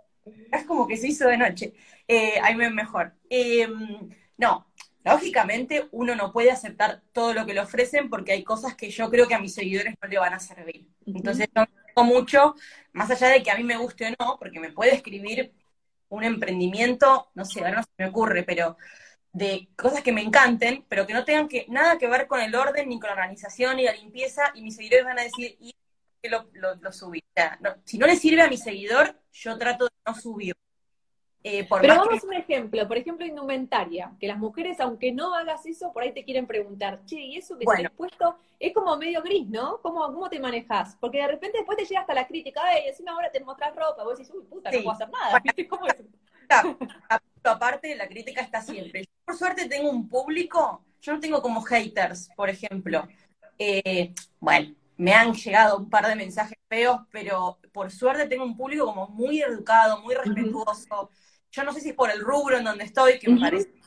Es como que se hizo de noche. Eh, ahí me ven mejor. Eh, no, lógicamente uno no puede aceptar todo lo que le ofrecen porque hay cosas que yo creo que a mis seguidores no le van a servir. Ujú. Entonces, no tengo mucho, más allá de que a mí me guste o no, porque me puede escribir un emprendimiento, no sé, ahora no se me ocurre, pero de cosas que me encanten, pero que no tengan que, nada que ver con el orden, ni con la organización, ni la limpieza, y mis seguidores van a decir, ¿y que lo, lo, lo subí? O sea, no, si no le sirve a mi seguidor, yo trato de no subir. Eh, por Pero más que me... vamos a un ejemplo, por ejemplo, indumentaria, que las mujeres, aunque no hagas eso, por ahí te quieren preguntar, che, ¿y eso que Bueno, tenés puesto? Es como medio gris, ¿no? ¿Cómo, cómo te manejas? Porque de repente después te llega hasta la crítica, y encima ahora te mostrás ropa, vos decís, uy, puta, no puedo sí. hacer nada, Bueno, ¿viste cómo es? está, aparte, la crítica está siempre. Yo, por suerte, tengo un público, yo no tengo como haters, por ejemplo. Eh, bueno, me han llegado un par de mensajes feos, pero por suerte tengo un público como muy educado, muy Ujú, respetuoso. Yo no sé si es por el rubro en donde estoy, que me ujú, parece,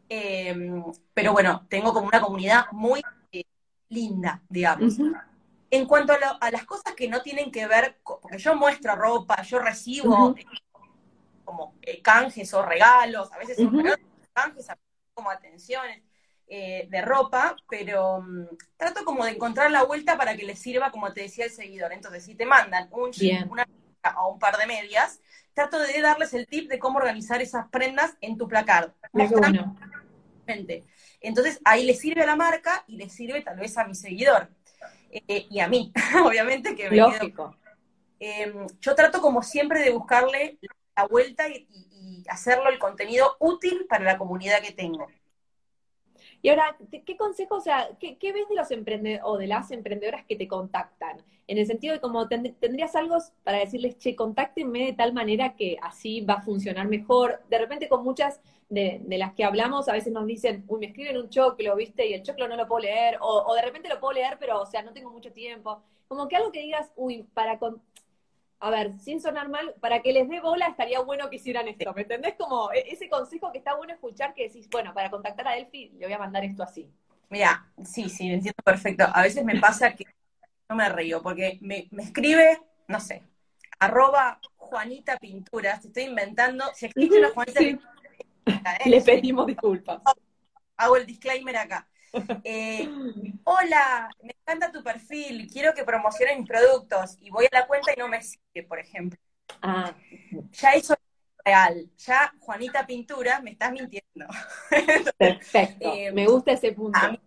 eh, pero bueno, tengo como una comunidad muy eh, linda, digamos. ujú. En cuanto a, lo, a las cosas que no tienen que ver, con, porque yo muestro ropa, yo recibo Ujú, eh, como eh, canjes o regalos, a veces son ujú. regalos, canjes, a veces como atenciones eh, de ropa, pero um, trato como de encontrar la vuelta para que les sirva, como te decía el seguidor. Entonces, si te mandan un jean, Bien, una o un par de medias, trato de darles el tip de cómo organizar esas prendas en tu placard, mira qué mostrando bueno. gente. Entonces, ahí le sirve a la marca y le sirve tal vez a mi seguidor. Eh, y a mí, obviamente, que me quedo. Lógico. Eh, yo trato como siempre de buscarle la vuelta y, y, y hacerlo el contenido útil para la comunidad que tengo. Y ahora, ¿qué consejo, o sea, qué, qué ves de los emprendedores o de las emprendedoras que te contactan? En el sentido de como ten, tendrías algo para decirles, che, contáctenme de tal manera que así va a funcionar mejor. De repente con muchas de, de las que hablamos, a veces nos dicen, uy, me escriben un choclo, ¿viste? Y el choclo no lo puedo leer, o, o de repente lo puedo leer, pero, o sea, no tengo mucho tiempo. Como que algo que digas, uy, para con, a ver, sin sonar mal, para que les dé bola estaría bueno que hicieran esto, ¿me entendés? Como e- ese consejo que está bueno escuchar que decís, bueno, para contactar a Delphi le voy a mandar esto así. Mira, sí, sí, lo entiendo perfecto. A veces me pasa que no me río, porque me, me escribe, no sé, arroba Juanita Pinturas, te estoy inventando, si existe una Ujú, Juanita sí, Pinturas, ¿eh? le Es un, pedimos disculpas. hago el disclaimer acá. Eh, Hola, me encanta tu perfil, quiero que promociones mis productos, y voy a la cuenta y no me sigue, por ejemplo. Ah, Ya eso es real, ya Juanita Pinturas me estás mintiendo. Entonces, perfecto. eh, Me gusta ese a mí punto.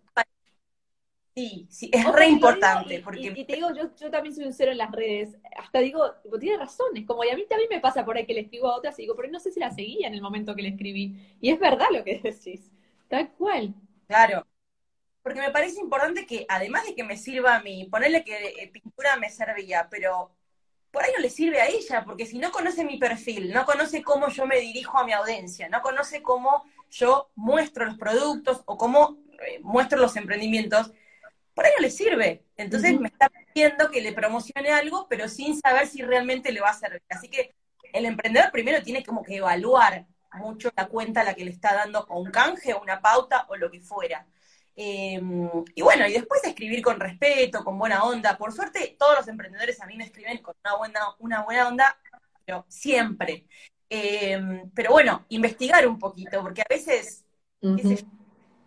sí, sí, es Ojo, re y lo digo, importante, y, y- porque y te digo, yo, yo también soy un cero en las redes. Hasta digo, tipo, tiene razón, es como, y a mí también me pasa por ahí que le escribo a otras y digo, pero no sé si la seguía en el momento que le escribí. Y es verdad lo que decís. Tal cual. claro, porque me parece importante que además de que me sirva a mí, ponerle que eh, pintura me servía, pero por ahí no le sirve a ella, porque si no conoce mi perfil, no conoce cómo yo me dirijo a mi audiencia, no conoce cómo yo muestro los productos o cómo eh, muestro los emprendimientos, por ahí no le sirve. Entonces me Ujú, está pidiendo que le promocione algo, pero sin saber si realmente le va a servir. Así que el emprendedor primero tiene como que evaluar mucho la cuenta a la que le está dando o un canje o una pauta o lo que fuera. Eh, y bueno, y después escribir con respeto, con buena onda. Por suerte, todos los emprendedores a mí me escriben con una buena, una buena onda, pero siempre. Eh, pero bueno, investigar un poquito, porque a veces, qué sé yo, ujú.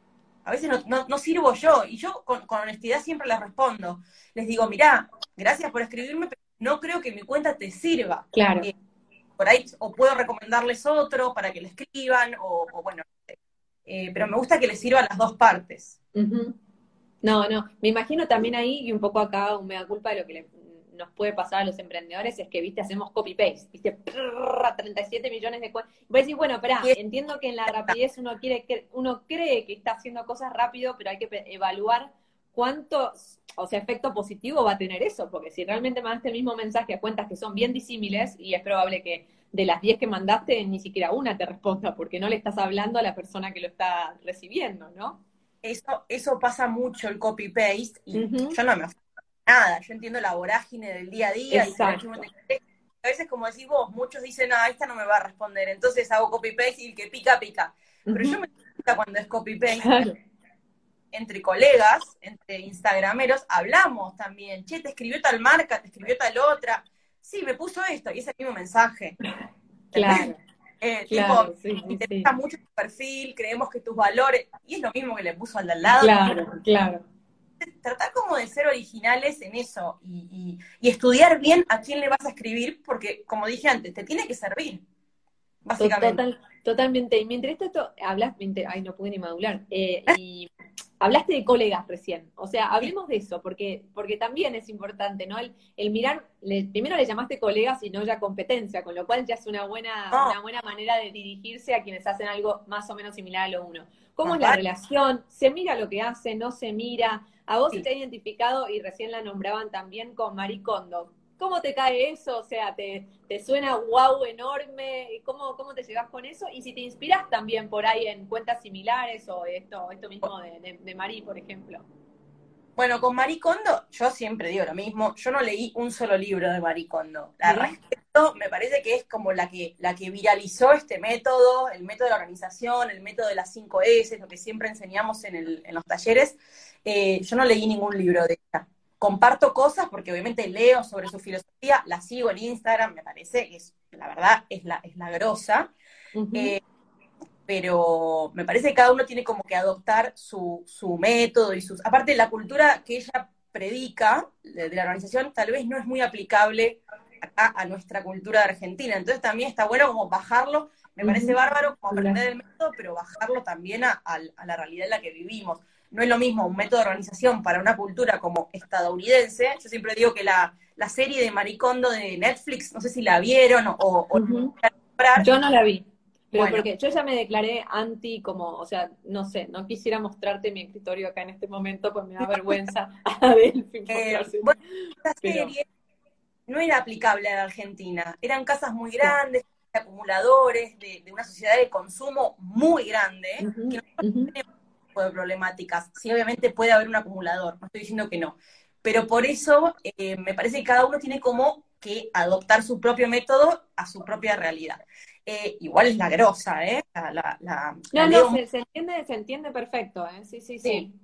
a veces no, no, no sirvo yo, y yo con, con, honestidad siempre les respondo. Les digo, mirá, gracias por escribirme, pero no creo que mi cuenta te sirva. Claro. Eh, por ahí, o puedo recomendarles otro para que le escriban, o, o bueno, eh, pero me gusta que les sirva a las dos partes. Ujú. No, no, me imagino también ahí, y un poco acá un mea culpa de lo que le- nos puede pasar a los emprendedores, es que, viste, hacemos copy-paste, viste, prrr, treinta y siete millones de cosas. Y vos decís, bueno, Y espera, es, entiendo que en la rapidez uno quiere, que- uno cree que está haciendo cosas rápido, pero hay que pe- evaluar cuánto, o sea, efecto positivo va a tener eso, porque si realmente mandaste el mismo mensaje a cuentas que son bien disímiles, y es probable que de las diez que mandaste, ni siquiera una te responda, porque no le estás hablando a la persona que lo está recibiendo, ¿no? eso, eso pasa mucho el copy-paste, y Ujú, yo no me ofendo nada, yo entiendo la vorágine del día a día y querer que uno exacto. te conteste. A veces, como decís vos, muchos dicen, ah, esta no me va a responder, entonces hago copy-paste y el que pica, pica. Pero yo Ujú, me doy cuenta cuando es copy-paste, claro, entre colegas, entre instagrameros, hablamos también. Che, te escribió tal marca, te escribió tal otra. Sí, me puso esto, y es el mismo mensaje. ¿Entendés? claro, Eh, tipo, claro, sí, me sí, interesa sí. mucho tu perfil, creemos que tus valores, y es lo mismo que le puso al de al lado. Claro, claro. Tratar como de ser originales en eso y, y, y estudiar bien a quién le vas a escribir, porque, como dije antes, te tiene que servir, To- básicamente. Total, totalmente. Y mientras esto, hablas, mientras- ay, no pude ni madular. Eh, y hablaste de colegas recién. O sea, Sí. hablemos de eso, porque, porque también es importante, ¿no? El, el mirar, le- primero le llamaste colegas y no ya competencia, con lo cual ya es una buena, No, una buena manera de dirigirse a quienes hacen algo más o menos similar a lo uno. ¿Cómo más es la vale. relación? ¿Se mira lo que hace? ¿No se mira? A vos se Sí. te ha identificado y recién la nombraban también con Marie Kondo. ¿Cómo te cae eso? O sea, ¿te, te suena wow enorme? ¿Cómo, ¿Cómo te llevas con eso? Y si te inspiras también por ahí en cuentas similares o esto, esto mismo de, de, de Marí, por ejemplo. Bueno, con Marie Kondo, yo siempre digo lo mismo, yo no leí un solo libro de Marie Kondo. La Mira, respeto, me parece que es como la que, la que viralizó este método, el método de la organización, el método de las cinco S, lo que siempre enseñamos en, el, en los talleres. Eh, yo no leí ningún libro de ella. comparto cosas porque obviamente leo sobre su filosofía, la sigo en Instagram, me parece que es, la verdad, es la, es la grosa. Uh-huh. Eh, pero me parece que cada uno tiene como que adoptar su, su método y sus... Aparte, la cultura que ella predica de, de la organización tal vez no es muy aplicable acá a nuestra cultura de Argentina, entonces también está bueno como bajarlo, me parece Uh-huh. bárbaro como aprender Mira. el método, pero bajarlo también a, a, a la realidad en la que vivimos. No es lo mismo un método de organización para una cultura como estadounidense. Yo siempre digo que la, la serie de Maricondo de Netflix, no sé si la vieron o, o Uh-huh. la comprar. Yo no la vi. Pero Bueno, porque yo ya me declaré anti, como, o sea, no sé, no quisiera mostrarte mi escritorio acá en este momento, pues me da vergüenza a Delphi eh, mostrárselo. bueno, esta Pero, serie no era aplicable a la Argentina. Eran casas muy claro. grandes, acumuladores, de, de una sociedad de consumo muy grande, que Uh-huh. no Uh-huh. tiene ese tipo de problemáticas. Sí, obviamente puede haber un acumulador, no estoy diciendo que no. Pero por eso eh, me parece que cada uno tiene como que adoptar su propio método a su propia realidad. Eh, igual es la grosa, ¿eh? La, la, la, la No, no, leo se, se entiende, se entiende perfecto, ¿eh? Sí, sí, mucho. sí.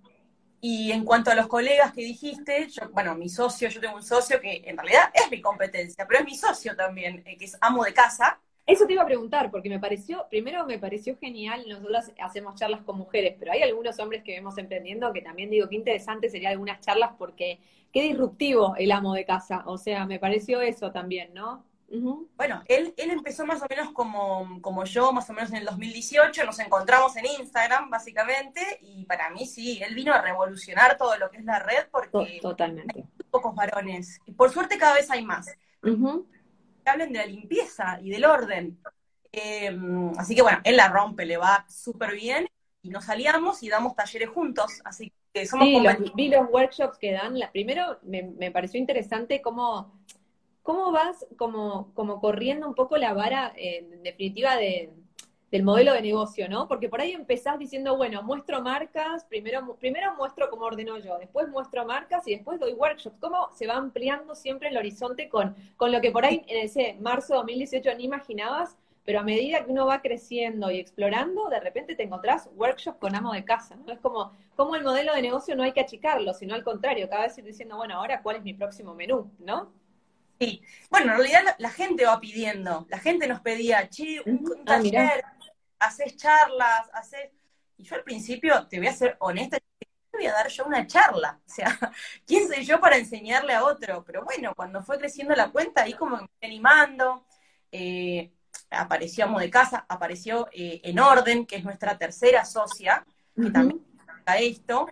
Y en cuanto a los colegas que dijiste, yo, bueno, mi socio, yo tengo un socio que en realidad es mi competencia, pero es mi socio también, eh, que es amo de casa. Eso te iba a preguntar, porque me pareció, primero me pareció genial, nosotros hacemos charlas con mujeres, pero hay algunos hombres que vemos emprendiendo que también digo, qué interesante sería algunas charlas porque qué disruptivo el amo de casa, o sea, me pareció eso también, ¿no? Uh-huh. Bueno, él, él empezó más o menos como, como yo, más o menos en el dos mil dieciocho, nos encontramos en Instagram, básicamente, y para mí sí, él vino a revolucionar todo lo que es la red To- porque Totalmente. hay pocos varones, y por suerte cada vez hay más, Uh-huh. que hablen de la limpieza y del orden. Eh, así que bueno, él la rompe, le va súper bien, y nos aliamos y damos talleres juntos, así que somos Sí, convencidos. los, vi los workshops que dan. La, primero me, me pareció interesante cómo, cómo vas como, como corriendo un poco la vara, eh, en definitiva, de, del modelo de negocio, ¿no? Porque por ahí empezás diciendo, bueno, muestro marcas, primero, primero muestro cómo ordeno yo, después muestro marcas y después doy workshops. Cómo se va ampliando siempre el horizonte con, con lo que por ahí en ese marzo de dos mil dieciocho ni imaginabas, pero a medida que uno va creciendo y explorando, de repente te encontrás workshop con amo de casa, ¿no? Es como, como el modelo de negocio no hay que achicarlo, sino al contrario, cada vez ir diciendo, bueno, ahora cuál es mi próximo menú, ¿no? Sí, bueno, en realidad la, la gente va pidiendo, la gente nos pedía, che, un, Uh-huh. un Ah, mirá. taller, haces charlas, haces... Y yo al principio, te voy a ser honesta, te voy a dar yo una charla, o sea, ¿quién soy yo para enseñarle a otro? Pero bueno, cuando fue creciendo la cuenta, ahí como me fui animando, eh, apareció Amo de Casa, apareció eh, En Orden, que es nuestra tercera socia, que también Uh-huh. a esto,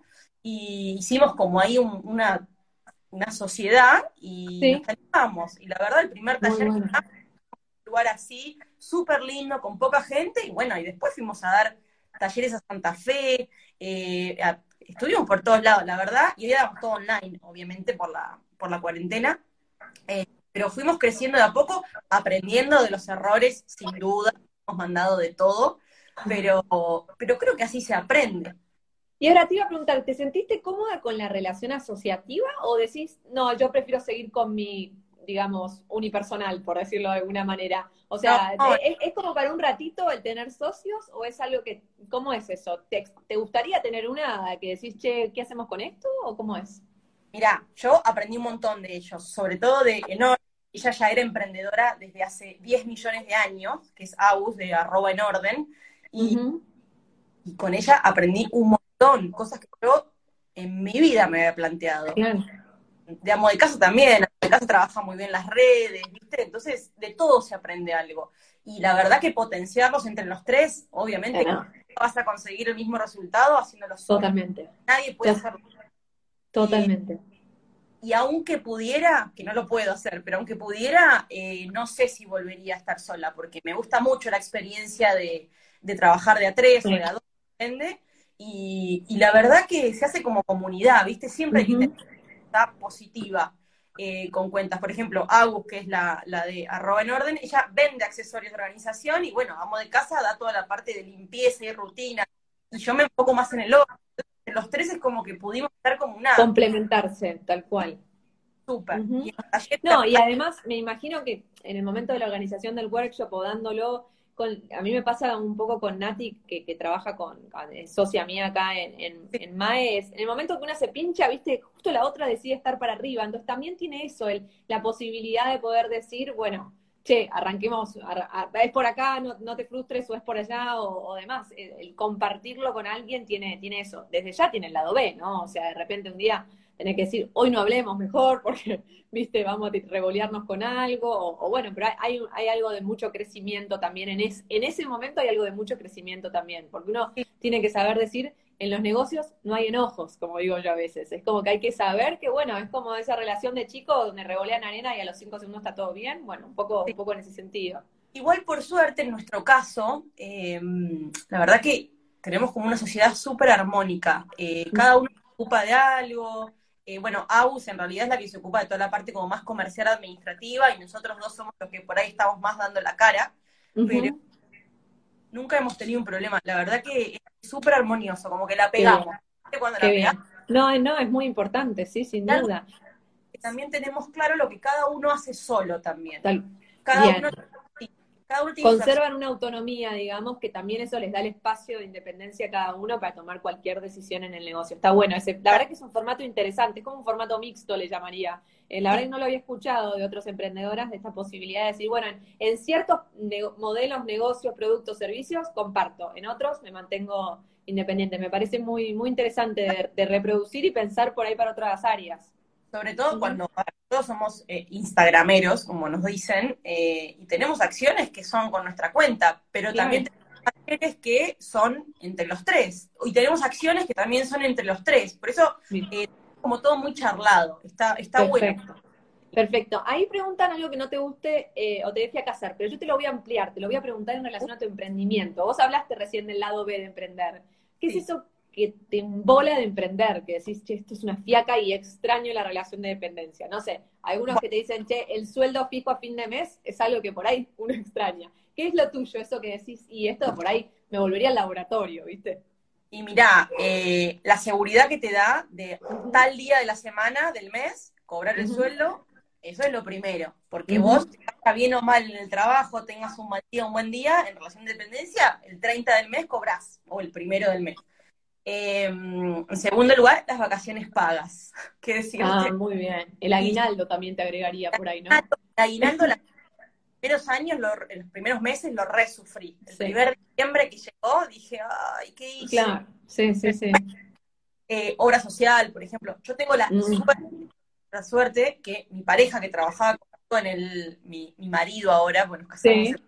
y hicimos como ahí un, una una sociedad y nos Sí, animamos. Y la verdad, el primer muy taller que bueno. damos, un lugar así, súper lindo, con poca gente, y bueno, y después fuimos a dar talleres a Santa Fe, eh, a- estuvimos por todos lados, la verdad, y hoy damos todo online, obviamente, por la, por la cuarentena, eh, pero fuimos creciendo de a poco, aprendiendo de los errores, sin duda, hemos mandado de todo, pero, pero creo que así se aprende. Y ahora te iba a preguntar, ¿te sentiste cómoda con la relación asociativa o decís, no, yo prefiero seguir con mi, digamos, unipersonal, por decirlo de alguna manera? O No, sea, no, ¿es, es como para un ratito el tener socios o es algo que, ¿cómo es eso? ¿Te, te gustaría tener una que decís, che, ¿qué hacemos con esto? ¿O cómo es? mirá, yo aprendí un montón de ellos, sobre todo de Enor. Ella ya era emprendedora desde hace diez millones de años, que es Agus de arroba en orden, y, Ujú. y con ella aprendí un montón, cosas que yo en mi vida me había planteado. Claro. De amo de casa también, amo de casa trabaja muy bien las redes, ¿viste? Entonces, de todo se aprende algo. Y la verdad que potenciarlos entre los tres, Eh, obviamente que no, no vas a conseguir el mismo resultado haciéndolo solo. totalmente. Nadie puede To- hacerlo. Y Totalmente. y aunque pudiera, que no lo puedo hacer, pero aunque pudiera, eh, no sé si volvería a estar sola, porque me gusta mucho la experiencia de, de trabajar de a tres o Sí. de a dos, ¿entiende? Y, y la verdad que se hace como comunidad, ¿viste? Siempre hay que tener Ujú. una positiva eh, con cuentas. Por ejemplo, Agus, que es la, la de arroba en orden, ella vende accesorios de organización y bueno, amo de casa da toda la parte de limpieza y rutina. Y yo me enfoco más en el orden. Entonces, los tres es como que pudimos estar como una Complementarse, tal cual. súper. Y Ujú. en los talleres, No, y además me imagino que en el momento de la organización del workshop o dándolo, con, a mí me pasa un poco con Nati, que, que trabaja con, con- es socia mía acá en, en, en MAES, en el momento que una se pincha, viste, justo la otra decide estar para arriba, entonces también tiene eso, el, la posibilidad de poder decir, bueno, che, arranquemos, ar- ar- es por acá, no, no te frustres, o es por allá, o, o demás. El, el compartirlo con alguien tiene, tiene eso. Desde ya tiene el lado B, ¿no? O sea, de repente un día tenés que decir, hoy no hablemos mejor, porque, viste, vamos a revolearnos con algo, o, o bueno, pero hay, hay algo de mucho crecimiento también, en, es, en ese momento hay algo de mucho crecimiento también, porque uno tiene que saber decir, en los negocios no hay enojos, como digo yo a veces. Es como que hay que saber que, bueno, es como esa relación de chico donde revolean arena y a los cinco segundos está todo bien. Bueno, un poco, un poco en ese sentido. Igual, por suerte, en nuestro caso, eh, la verdad que tenemos como una sociedad súper armónica. Eh, cada uno se ocupa de algo. Eh, bueno, Agus en realidad es la que se ocupa de toda la parte como más comercial administrativa y nosotros dos somos los que por ahí estamos más dando la cara, pero Uh-huh. nunca hemos tenido un problema. La verdad que es súper armonioso, como que la Qué bien, pegamos. ¿Viste? Cuando qué la pegamos, bien. No, no, es muy importante, sí, sin y algo duda. que también tenemos claro lo que cada uno hace solo también. Tal, Cada bien. uno, cada uno tiene su acción. Conservan una autonomía, digamos, que también eso les da el espacio de independencia a cada uno para tomar cualquier decisión en el negocio. Está bueno, ese, la verdad que es un formato interesante, es como un formato mixto, le llamaría. Eh, la verdad que no lo había escuchado de otras emprendedoras, de esta posibilidad de decir, bueno, en, en ciertos ne modelos, negocios, productos, servicios, comparto, en otros me mantengo independiente. Me parece muy, muy interesante de, de reproducir y pensar por ahí para otras áreas. Sobre todo Uh-huh. cuando todos somos eh, instagrameros, como nos dicen, eh, y tenemos acciones que son con nuestra cuenta, pero también Claro. tenemos acciones que son entre los tres, y tenemos acciones que también son entre los tres, por eso Bien. eh, como todo muy charlado, está, está bueno. Perfecto. Perfecto. Ahí preguntan algo que no te guste eh, o te deje acá hacer, pero yo te lo voy a ampliar, te lo voy a preguntar en relación a tu emprendimiento. Vos hablaste recién del lado B de emprender. ¿Qué es Sí. eso que te embola de emprender? Que decís, che, esto es una fiaca y extraño la relación de dependencia. No sé, algunos Bueno, que te dicen, che, el sueldo fijo a fin de mes es algo que por ahí uno extraña. ¿Qué es lo tuyo, eso que decís? Y esto por ahí me volvería al laboratorio, ¿viste? y mirá, eh, la seguridad que te da de Ujú, tal día de la semana, del mes, cobrar el ujú, sueldo, eso es lo primero, porque vos, ujú. bien o mal en el trabajo, tengas un mal día, un buen día, en relación de dependencia, el treinta del mes cobrás, o el primero del mes. Eh, en segundo lugar, las vacaciones pagas. ¿Qué Ah, decirte? muy bien. El Y aguinaldo también te agregaría por ahí, ¿no? el aguinaldo, los primeros años, lo- los primeros meses lo resufrí. El Sí. primer diciembre que llegó, dije, ay, ¿qué hice? Claro, sí, sí, sí. Eh, obra social, por ejemplo. Yo tengo la súper Mm, la suerte que mi pareja que trabajaba con el, mi, mi marido ahora, bueno, nos casamos, sí.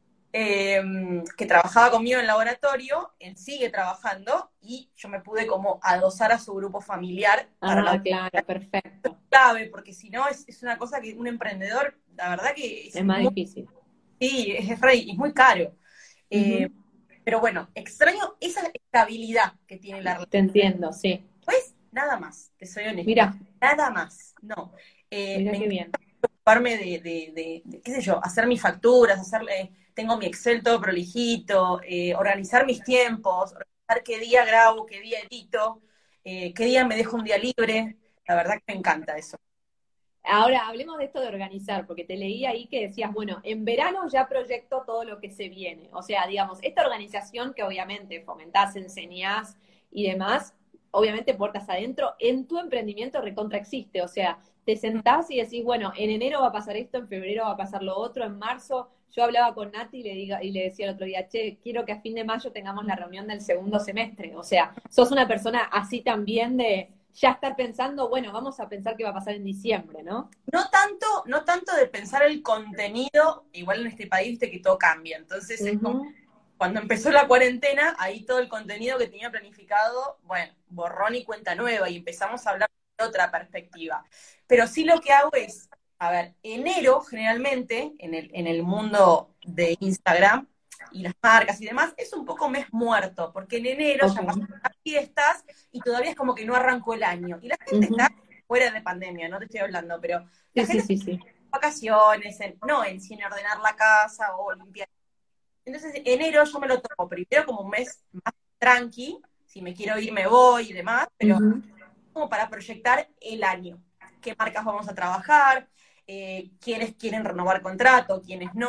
eh, que trabajaba conmigo en el laboratorio, él sigue trabajando y yo me pude como adosar a su grupo familiar para Ah, la claro, perfecto. clave, porque si no es, es una cosa que un emprendedor, la verdad que es Es más muy, difícil. sí, es, re, es muy caro. Eh, Ujú. pero bueno, extraño esa estabilidad que tiene la relación. Te entiendo, sí. Pues nada más, te soy honesta, Mira, nada más, no. Eh, mira me qué encanta bien. ocuparme de, de, de, de, qué sé yo, hacer mis facturas, hacerle, tengo mi Excel todo prolijito, eh, organizar mis tiempos, organizar qué día grabo, qué día edito, eh, qué día me dejo un día libre. La verdad que me encanta eso. Ahora hablemos de esto de organizar, porque te leí ahí que decías, bueno, en verano ya proyecto todo lo que se viene. O sea, digamos, esta organización que obviamente fomentás, enseñás y demás, obviamente puertas adentro, en tu emprendimiento recontra existe. O sea, te sentás y decís, bueno, en enero va a pasar esto, en febrero va a pasar lo otro, en marzo. Yo hablaba con Nati y le, diga, y le decía el otro día, che, quiero que a fin de mayo tengamos la reunión del segundo semestre. O sea, sos una persona así también de ya estar pensando, bueno, vamos a pensar qué va a pasar en diciembre, ¿no? No tanto, no tanto de pensar el contenido, igual en este país viste que todo cambia, entonces es como Ujú. cuando empezó la cuarentena, ahí todo el contenido que tenía planificado, bueno, borrón y cuenta nueva, y empezamos a hablar de otra perspectiva. Pero sí lo que hago es, a ver, enero generalmente, en el, en el mundo de Instagram y las marcas y demás, es un poco mes muerto, porque en enero Ok. ya pasan las fiestas y todavía es como que no arrancó el año. Y la gente Ujú. está fuera de pandemia, no te estoy hablando, pero la Sí, sí, gente está sí, sí. en vacaciones, en, no en sin ordenar la casa o limpiar. Entonces, enero yo me lo tomo primero como un mes más tranqui, si me quiero ir me voy y demás, pero Ujú. como para proyectar el año. ¿Qué marcas vamos a trabajar? Eh, ¿Quiénes quieren renovar contrato? ¿Quiénes no?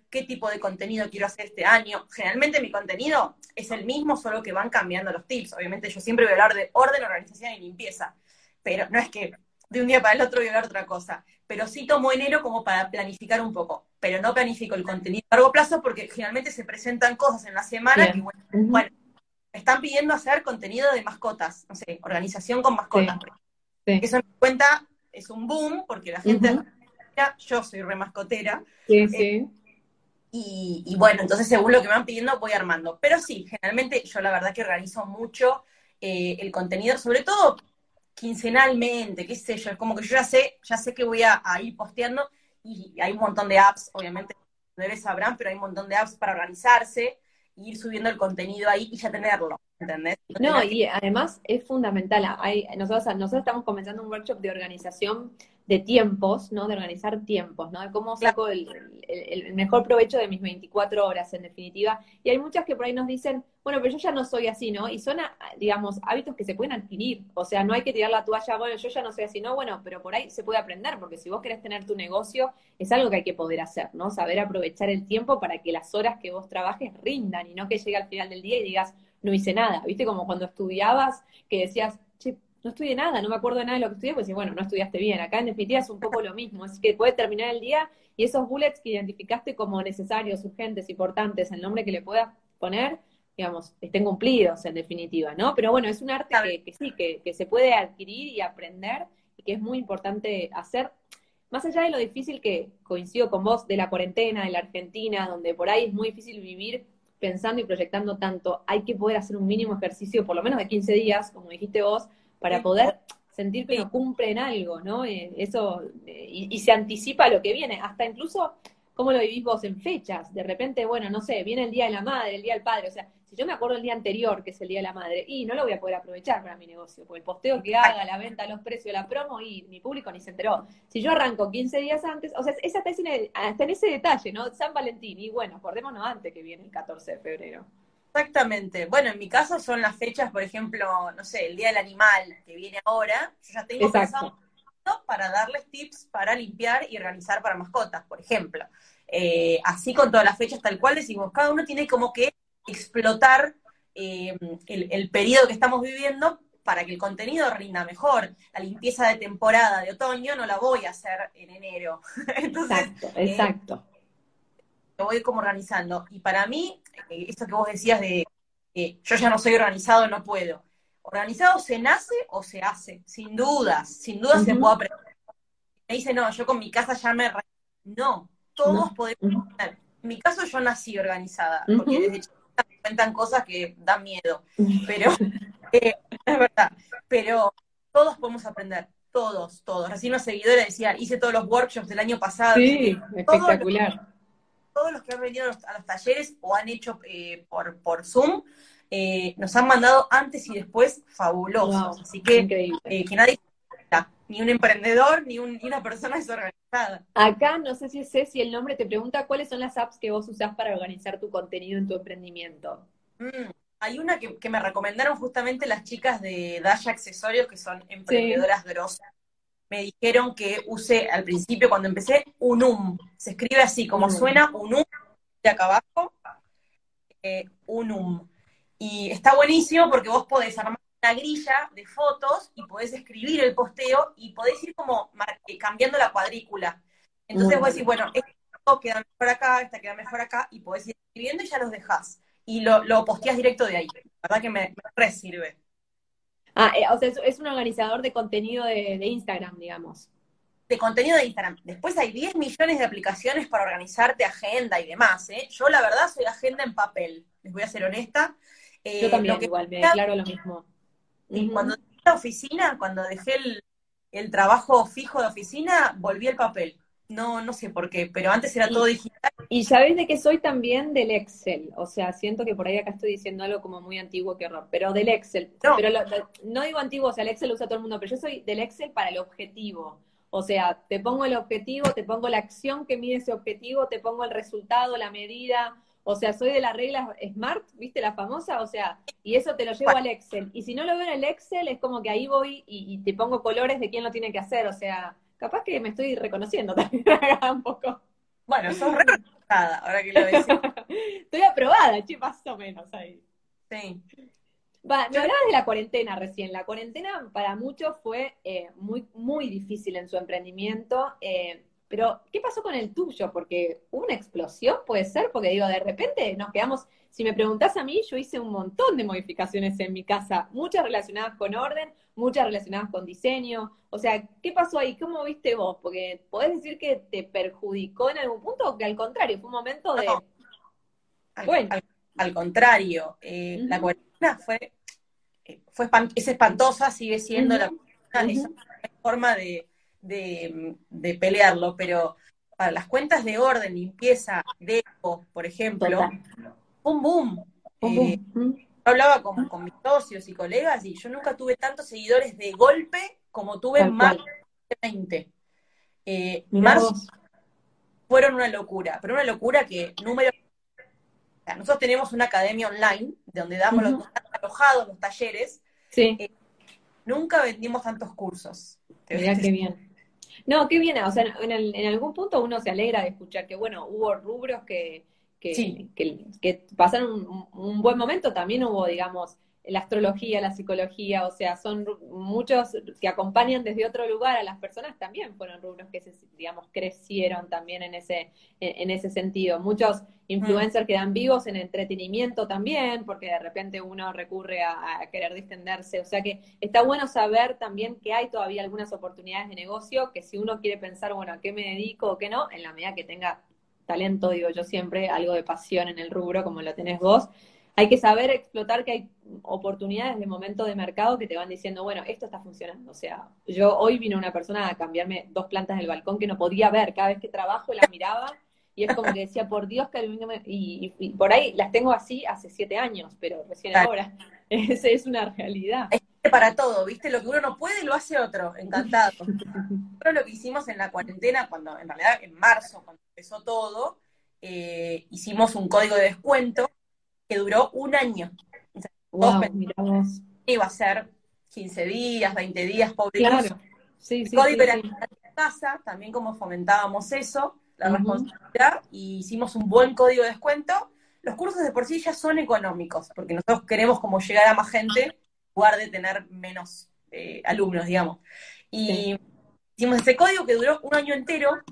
qué tipo de contenido quiero hacer este año. Generalmente mi contenido es el mismo, solo que van cambiando los tips. Obviamente yo siempre voy a hablar de orden, organización y limpieza, pero no es que de un día para el otro voy a hablar otra cosa. Pero sí tomo enero como para planificar un poco, pero no planifico el contenido a largo plazo porque generalmente se presentan cosas en la semana Bien. que, bueno, Uh-huh. bueno, me están pidiendo hacer contenido de mascotas, no sé, organización con mascotas. Sí. Sí. Eso me cuenta, es un boom, porque la gente Uh-huh. es yo soy remascotera. Sí, Eh, sí. y, y bueno, entonces según lo que me van pidiendo voy armando. Pero sí, generalmente yo la verdad que organizo mucho eh, el contenido, sobre todo quincenalmente, qué sé yo, es como que yo ya sé, ya sé que voy a, a ir posteando y hay un montón de apps, obviamente no les sabrán, pero hay un montón de apps para organizarse e ir subiendo el contenido ahí y ya tenerlo, ¿entendés? No No, tener que... y además es fundamental. Hay, nosotros, nosotros estamos comenzando un workshop de organización de tiempos, ¿no? De organizar tiempos, ¿no? De cómo Claro, saco el, el- el mejor provecho de mis veinticuatro horas, en definitiva. Y hay muchas que por ahí nos dicen, bueno, pero yo ya no soy así, ¿no? Y son, a- digamos, hábitos que se pueden adquirir. O sea, no hay que tirar la toalla, bueno, yo ya no soy así, no, bueno, pero por ahí se puede aprender, porque si vos querés tener tu negocio, es algo que hay que poder hacer, ¿no? Saber aprovechar el tiempo para que las horas que vos trabajes rindan y no que llegue al final del día y digas, no hice nada, ¿viste? Como cuando estudiabas, que decías, che, no estudié nada, no me acuerdo de nada de lo que estudié, pues sí, bueno, no estudiaste bien. Acá en definitiva es un poco lo mismo, es que puede terminar el día y esos bullets que identificaste como necesarios, urgentes, importantes, el nombre que le puedas poner, digamos, estén cumplidos en definitiva, ¿no? Pero bueno, es un arte que, que sí, que, que se puede adquirir y aprender y que es muy importante hacer. Más allá de lo difícil que coincido con vos de la cuarentena, de la Argentina, donde por ahí es muy difícil vivir pensando y proyectando tanto, hay que poder hacer un mínimo ejercicio, por lo menos de quince días, como dijiste vos, para poder sentir que uno cumple en algo, ¿no? Eh, eso, eh, y, y se anticipa lo que viene, hasta incluso cómo lo vivís vos en fechas. De repente, bueno, no sé, viene el Día de la Madre, el Día del Padre, o sea, si yo me acuerdo el día anterior, que es el Día de la Madre, y no lo voy a poder aprovechar para mi negocio, porque el posteo que haga, la venta, los precios, la promo, y mi público ni se enteró. Si yo arranco quince días antes, o sea, es hasta, ese, hasta en ese detalle, ¿no? San Valentín, y bueno, acordémonos antes que viene el catorce de febrero. exactamente. Bueno, en mi caso son las fechas, por ejemplo, no sé, el Día del Animal que viene ahora, yo ya tengo Exacto. pensado para darles tips para limpiar y organizar para mascotas, por ejemplo. Eh, así con todas las fechas, tal cual decimos, cada uno tiene como que explotar eh, el, el periodo que estamos viviendo para que el contenido rinda mejor. La limpieza de temporada de otoño no la voy a hacer en enero. Entonces, Exacto, eh, exacto. lo voy como organizando. Y para mí, eh, esto que vos decías de eh, yo ya no soy organizado, no puedo. Organizado se nace o se hace, sin dudas, sin dudas se puede Uh-huh. aprender. Me dice, no, yo con mi casa ya me... Re... No, todos No. podemos Uh-huh. tener. En mi caso yo nací organizada, porque Uh-huh. desde chiquita me cuentan cosas que dan miedo, pero eh, es verdad, pero todos podemos aprender, todos, todos. Recién una seguidora decía, hice todos los workshops del año pasado, dice Sí, que todos los, espectacular. todos los que han venido a los, a los talleres o han hecho eh, por, por Zoom, eh, nos han mandado antes y después fabulosos, Wow, así que increíble. eh, que nadie ni un emprendedor, ni, un, ni una persona desorganizada. Acá no sé si sé si el nombre te pregunta cuáles son las apps que vos usás para organizar tu contenido en tu emprendimiento. Mm, hay una que, que, me recomendaron justamente las chicas de Daya Accesorios, que son Sí. emprendedoras grosas. Me dijeron que use al principio, cuando empecé, Unum. Se escribe así, como Mm. suena, Unum, de acá abajo, eh, Unum. Y está buenísimo porque vos podés armar una grilla de fotos y podés escribir el posteo y podés ir como eh, cambiando la cuadrícula. Muy Entonces vos decís, bueno. bueno, esto queda mejor acá, esta queda mejor acá, y podés ir escribiendo y ya los dejás. Y lo, lo posteás directo de ahí. La verdad que me, me re sirve. Ah, eh, o sea, es, es un organizador de contenido de, de Instagram, digamos. De contenido de Instagram. Después hay diez millones de aplicaciones para organizarte agenda y demás, ¿eh? Yo la verdad soy agenda en papel, les voy a ser honesta. Yo Eh, lo también, que igual, me declaro lo mismo. sí, cuando Ujú. dejé la oficina, cuando dejé el, el trabajo fijo de oficina, volví al papel. No, no sé por qué, pero antes era todo Y, digital. y sabés de que soy también del Excel, o sea, siento que por ahí acá estoy diciendo algo como muy antiguo, que error, pero del Excel, No, pero lo- lo- no digo antiguo, o sea, el Excel lo usa todo el mundo, pero yo soy del Excel para el objetivo, o sea, te pongo el objetivo, te pongo la acción que mide ese objetivo, te pongo el resultado, la medida, o sea, soy de la regla SMART, ¿viste la famosa? O sea, y eso te lo llevo bueno, al Excel, y si no lo veo en el Excel, es como que ahí voy y, y te pongo colores de quién lo tiene que hacer, o sea, capaz que me estoy reconociendo también acá un poco. Bueno, sos re organizada, ahora que lo decís. Estoy aprobada, che, más o menos ahí. Sí. Va, me Yo, hablabas de la cuarentena recién. La cuarentena para muchos fue eh, muy, muy difícil en su emprendimiento. Eh, pero, ¿qué pasó con el tuyo? Porque hubo una explosión, puede ser, porque digo, de repente nos quedamos. Si me preguntás a mí, yo hice un montón de modificaciones en mi casa, muchas relacionadas con orden, muchas relacionadas con diseño. O sea, ¿qué pasó ahí? ¿Cómo viste vos? Porque podés decir que te perjudicó en algún punto o que al contrario, fue un momento no, de, al, bueno, al- al contrario, eh, la ujú, cuarentena fue, eh, fue espan- es espantosa, sigue siendo ujú, la cuarentena, ujú, esa forma de, de, de pelearlo, pero para las cuentas de orden, limpieza, deco, por ejemplo, total. un boom. Pum, Eh, pum. yo hablaba con, con mis socios y colegas y yo nunca tuve tantos seguidores de golpe como tuve en Tal marzo cual. de veinte. Eh, Mirá marzo vos. fueron una locura, pero una locura que número. Nosotros tenemos una academia online donde damos los, Ujú. están alojados los talleres. Sí, Eh, nunca vendimos tantos cursos. mirá qué bien. No, qué bien. O sea, en, el- en algún punto uno se alegra de escuchar que, bueno, hubo rubros que, Sí, que, que, que pasaron un, un buen momento. También hubo, digamos, la astrología, la psicología, o sea, son ru- muchos que acompañan desde otro lugar a las personas también fueron rubros que, se, digamos, crecieron también en ese, en, en ese sentido. Muchos mm, influencers quedan vivos en entretenimiento también, porque de repente uno recurre a, a querer distenderse. O sea que está bueno saber también que hay todavía algunas oportunidades de negocio, que si uno quiere pensar, bueno, ¿a qué me dedico o qué no? En la medida que tenga talento, digo yo siempre, algo de pasión en el rubro, como lo tenés vos, hay que saber explotar que hay oportunidades de momento de mercado que te van diciendo, bueno, esto está funcionando. O sea, yo hoy vino una persona a cambiarme dos plantas del balcón que no podía ver. Cada vez que trabajo las miraba y es como que decía, por Dios, que no me... y, y, y por ahí las tengo así hace siete años, pero recién tal. ahora. Esa es una realidad. Hay gente para todo, ¿viste? Lo que uno no puede lo hace otro. Encantado. Nosotros lo que hicimos en la cuarentena, cuando en realidad en marzo, cuando empezó todo, eh, hicimos un código de descuento que duró un año. O sea, todos Wow, pensaban mira vos. que iba a ser quince días, veinte días, pobre iluso. Claro. Sí, El sí, código sí, era sí. en casa, también como fomentábamos eso, la Ujú. responsabilidad, y hicimos un buen código de descuento. Los cursos de por sí ya son económicos, porque nosotros queremos como llegar a más gente, en lugar de tener menos eh, alumnos, digamos. Sí, Y hicimos ese código que duró un año entero,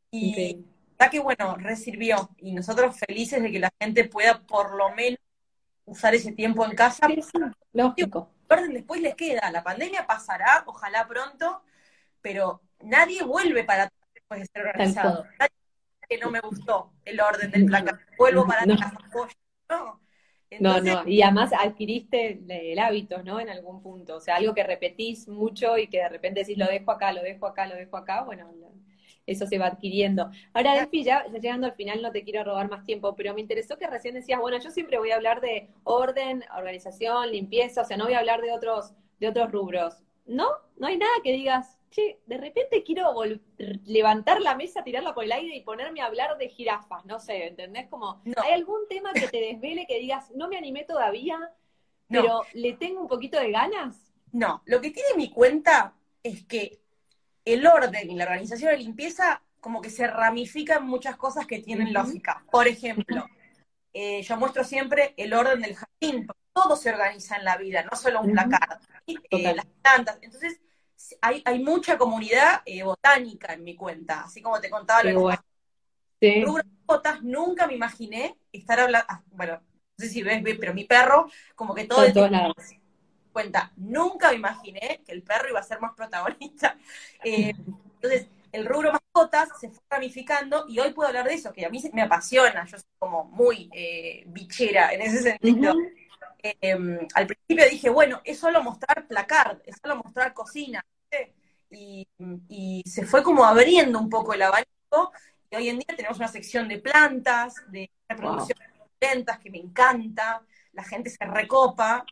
y increíble. ya que bueno, resirvió, y nosotros felices de que la gente pueda por lo menos usar ese tiempo en casa. Sí, sí, Digo, lógico. el orden después les queda, la pandemia pasará, ojalá pronto, pero nadie vuelve para atrás después de ser Tal cual. organizado. Nadie dice que no me gustó el orden del placar, vuelvo para No, atrás, apoyo. No. no, Entonces, no. Y además adquiriste el hábito, ¿no? En algún punto. O sea, algo que repetís mucho y que de repente decís, lo dejo acá, lo dejo acá, lo dejo acá. Bueno, eso se va adquiriendo. Ahora, Delphi, ya, ya llegando al final, no te quiero robar más tiempo, pero me interesó que recién decías, bueno, yo siempre voy a hablar de orden, organización, limpieza, o sea, no voy a hablar de otros, de otros rubros. ¿No? No hay nada que digas, che, de repente quiero vol- levantar la mesa, tirarla por el aire y ponerme a hablar de jirafas, no sé, ¿entendés? Como, no, ¿hay algún tema que te desvele que digas, no me animé todavía, no, pero le tengo un poquito de ganas? no. Lo que tiene mi cuenta es que el orden y la organización de limpieza como que se ramifica en muchas cosas que tienen Ujú, lógica. Por ejemplo, eh, yo muestro siempre el orden del jardín, porque todo se organiza en la vida, no solo un ujú, placard, ¿sí? Eh, total. las plantas. Entonces, hay, hay mucha comunidad eh, botánica en mi cuenta, así como te contaba la Qué vez bueno. pasada. Sí, Rubro de botas, nunca me imaginé estar hablando, ah, bueno, no sé si ves, ves, pero mi perro, como que todo por el todos tiempo lados. cuenta, nunca me imaginé que el perro iba a ser más protagonista. Eh, entonces, el rubro mascotas se fue ramificando y hoy puedo hablar de eso, que a mí me apasiona, yo soy como muy eh, bichera en ese sentido. Ujú. Eh, al principio dije, bueno, es solo mostrar placard, es solo mostrar cocina, ¿viste? Y, y se fue como abriendo un poco el abanico, y hoy en día tenemos una sección de plantas, de Wow. reproducción de plantas, que me encanta, la gente se recopa,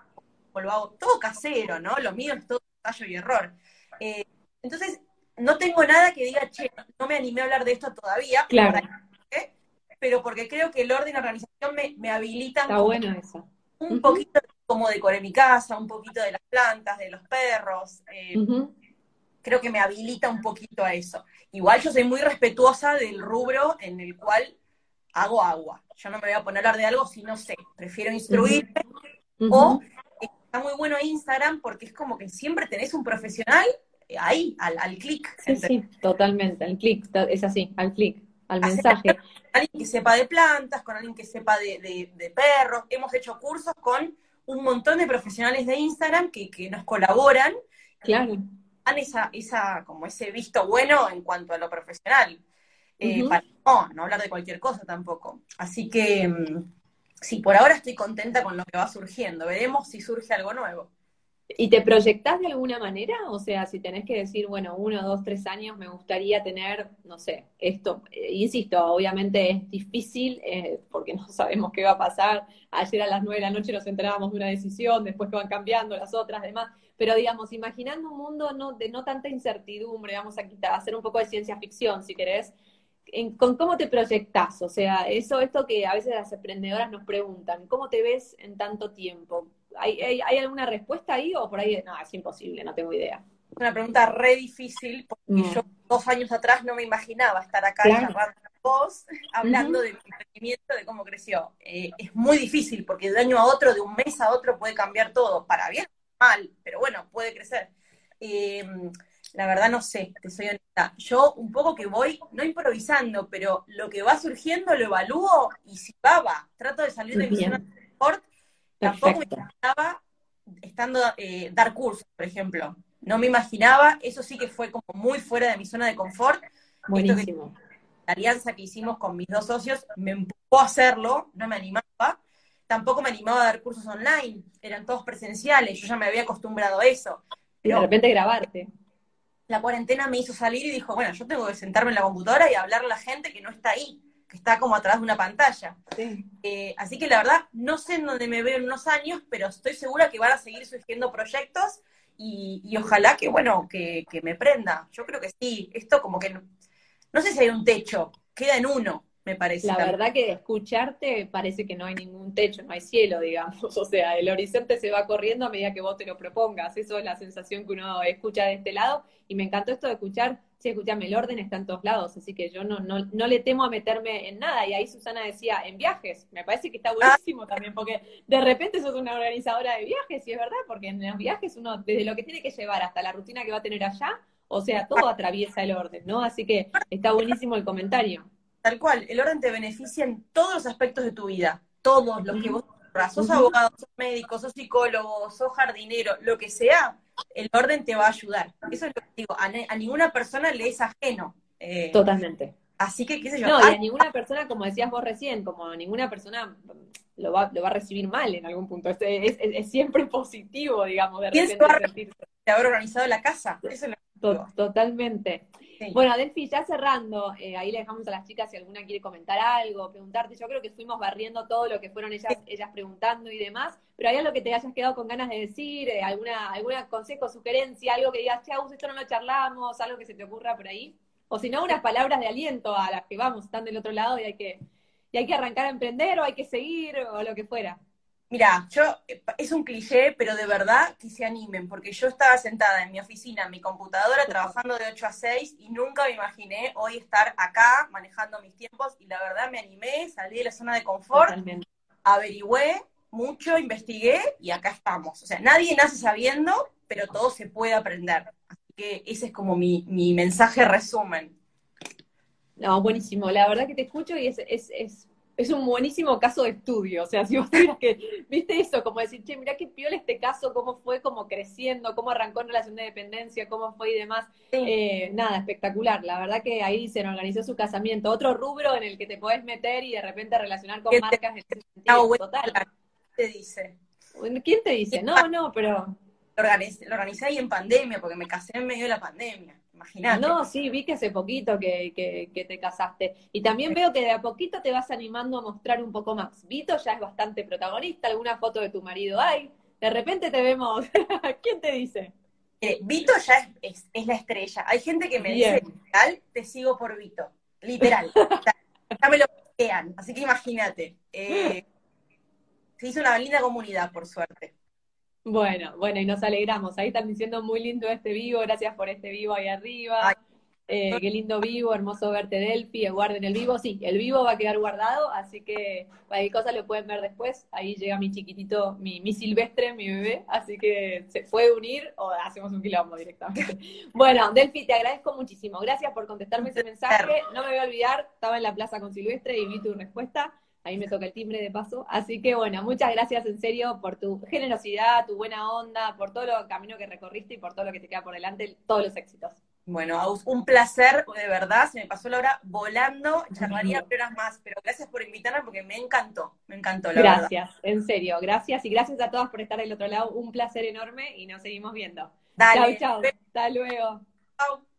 o lo hago todo casero, ¿no? Lo mío es todo ensayo y error. Eh, entonces, no tengo nada que diga, che, no me animé a hablar de esto todavía, por Claro, ahí, ¿eh? Pero porque creo que el orden y la organización me, me habilitan está como bueno eso. un Ujú, poquito de cómo decoré mi casa, un poquito de las plantas, de los perros. Eh, ujú. creo que me habilita un poquito a eso. Igual yo soy muy respetuosa del rubro en el cual hago agua. Yo no me voy a poner a hablar de algo si no sé. Prefiero instruirme. Uh O -huh. está muy bueno Instagram porque es como que siempre tenés un profesional ahí, al, al clic. Sí, sí, totalmente, al clic, es así, al clic, al Hacer mensaje. alguien que sepa de plantas, con alguien que sepa de, de, de perros. Hemos hecho cursos con un montón de profesionales de Instagram que, que nos colaboran Claro. y dan esa, esa, como ese visto bueno en cuanto a lo profesional. Eh, Uh -huh. para no, no hablar de cualquier cosa tampoco. Así que mm, sí, por ahora estoy contenta con lo que va surgiendo. Veremos si surge algo nuevo. ¿Y te proyectás de alguna manera? O sea, si tenés que decir, bueno, uno, dos, tres años me gustaría tener, no sé, esto. Eh, insisto, obviamente es difícil eh, porque no sabemos qué va a pasar. Ayer a las nueve de la noche nos enterábamos de una decisión, después que van cambiando las otras, demás. Pero digamos, imaginando un mundo no, de no tanta incertidumbre, vamos a quitar, hacer un poco de ciencia ficción, si querés. En, con cómo te proyectás, o sea, eso, esto que a veces las emprendedoras nos preguntan, ¿cómo te ves en tanto tiempo? ¿Hay, hay, hay alguna respuesta ahí o por ahí? No, es imposible, no tengo idea. Una pregunta re difícil porque Mm. yo dos años atrás no me imaginaba estar acá Claro. charlando con vos, hablando Uh-huh. de mi emprendimiento, de cómo creció. Eh, es muy difícil porque de año a otro, de un mes a otro puede cambiar todo, para bien o mal, pero bueno, puede crecer. Eh, la verdad no sé, te soy honesta. Yo un poco que voy, no improvisando, pero lo que va surgiendo lo evalúo y si va, va. Trato de salir de mi zona de Bien, confort. Tampoco me perfecto. imaginaba estando, eh, dar cursos, por ejemplo. No me imaginaba, eso sí que fue como muy fuera de mi zona de confort. Esto que Buenísimo. la alianza que hicimos con mis dos socios me empujó a hacerlo, no me animaba. Tampoco me animaba a dar cursos online, eran todos presenciales, yo ya me había acostumbrado a eso. Y de Pero repente grabarte. la cuarentena me hizo salir y dijo, bueno, yo tengo que sentarme en la computadora y hablarle a la gente que no está ahí, que está como atrás de una pantalla. Sí. Eh, así que la verdad, no sé en dónde me veo en unos años, pero estoy segura que van a seguir surgiendo proyectos y, y ojalá que, bueno, que, que me prenda. Yo creo que sí, esto como que, no, no sé si hay un techo, queda en uno, me parece La también. verdad que de escucharte parece que no hay ningún techo, no hay cielo, digamos. O sea, el horizonte se va corriendo a medida que vos te lo propongas. Eso es la sensación que uno escucha de este lado. Y me encantó esto de escuchar, sí, escuchame, el orden está en todos lados. Así que yo no, no, no le temo a meterme en nada. Y ahí Susana decía, en viajes. Me parece que está Ah, buenísimo también, porque de repente sos una organizadora de viajes, y es verdad, porque en los viajes uno, desde lo que tiene que llevar hasta la rutina que va a tener allá, o sea, todo atraviesa el orden, ¿no? Así que está buenísimo el comentario. tal cual, el orden te beneficia en todos los aspectos de tu vida, todos los que vos quieras. Sos Uh-huh. abogado, sos médico, sos psicólogo, sos jardinero, lo que sea, el orden te va a ayudar. Eso es lo que digo, a, a ninguna persona le es ajeno. Eh, Totalmente. así que, qué sé yo, No, y algo a ninguna persona, como decías vos recién, como ninguna persona lo va, lo va a recibir mal en algún punto. Es, es, es siempre positivo, digamos, de ¿quién se va repente a sentirse. de haber organizado la casa? Eso es lo que To- digo. totalmente. Sí. Bueno, Delphi, ya cerrando, eh, ahí le dejamos a las chicas si alguna quiere comentar algo, preguntarte. Yo creo que fuimos barriendo todo lo que fueron ellas, ellas preguntando y demás, pero hay algo que te hayas quedado con ganas de decir, eh, alguna, alguna consejo, sugerencia, algo que digas, chau, esto no lo charlamos, algo que se te ocurra por ahí. O si no, unas palabras de aliento a las que vamos, están del otro lado y hay que, y hay que arrancar a emprender o hay que seguir o lo que fuera. Mira, yo, es un cliché, pero de verdad que se animen, porque yo estaba sentada en mi oficina, en mi computadora, trabajando de ocho a seis y nunca me imaginé hoy estar acá manejando mis tiempos y la verdad me animé, salí de la zona de confort, Totalmente. averigüé mucho, investigué y acá estamos. O sea, nadie nace sabiendo, pero todo se puede aprender. Así que ese es como mi, mi mensaje resumen. No, buenísimo. La verdad que te escucho y es, es, es, es un buenísimo caso de estudio. O sea, si vos tuvieras que, viste eso, como decir, che, mirá qué piola este caso, cómo fue como creciendo, cómo arrancó en relación de dependencia, cómo fue y demás. Sí, Eh, nada, espectacular. La verdad que ahí se organizó su casamiento. Otro rubro en el que te podés meter y de repente relacionar con ¿quién te, marcas en ese ah, sentido. bueno, Total. te dice? ¿Quién te dice? No, no, pero Lo organicé, lo organicé ahí en pandemia, porque me casé en medio de la pandemia, imagínate. no, sí, vi que hace poquito que, que, que te casaste. Y también veo que de a poquito te vas animando a mostrar un poco más. Vito ya es bastante protagonista, alguna foto de tu marido hay. De repente te vemos. ¿Quién te dice? Eh, Vito ya es, es, es la estrella. Hay gente que me dice, Bien. literal, te sigo por Vito. Literal. Ya, ya me lo vean, así que imagínate. Eh, se hizo una linda comunidad, por suerte. Bueno, bueno, y nos alegramos. Ahí están diciendo muy lindo este vivo, gracias por este vivo ahí Ay, arriba. Eh, qué lindo vivo, hermoso verte, Delphi, guarden el vivo. Sí, el vivo va a quedar guardado, así que cualquier cosa lo pueden ver después. Ahí llega mi chiquitito, mi, mi Silvestre, mi bebé, así que se puede unir o hacemos un quilombo directamente. Bueno, Delphi, te agradezco muchísimo. Gracias por contestarme ese mensaje. No me voy a olvidar, estaba en la plaza con Silvestre y vi tu respuesta. Ahí me toca el timbre de paso. Así que bueno, muchas gracias en serio por tu generosidad, tu buena onda, por todo el camino que recorriste y por todo lo que te queda por delante, todos los éxitos. Bueno, Aus, un placer, de verdad, se me pasó la hora volando, charlaría horas más, pero gracias por invitarme porque me encantó, me encantó, la verdad. Gracias, en serio, gracias y gracias a todas por estar del otro lado. Un placer enorme y nos seguimos viendo. Chau, Dale, chau. Hasta luego. chao.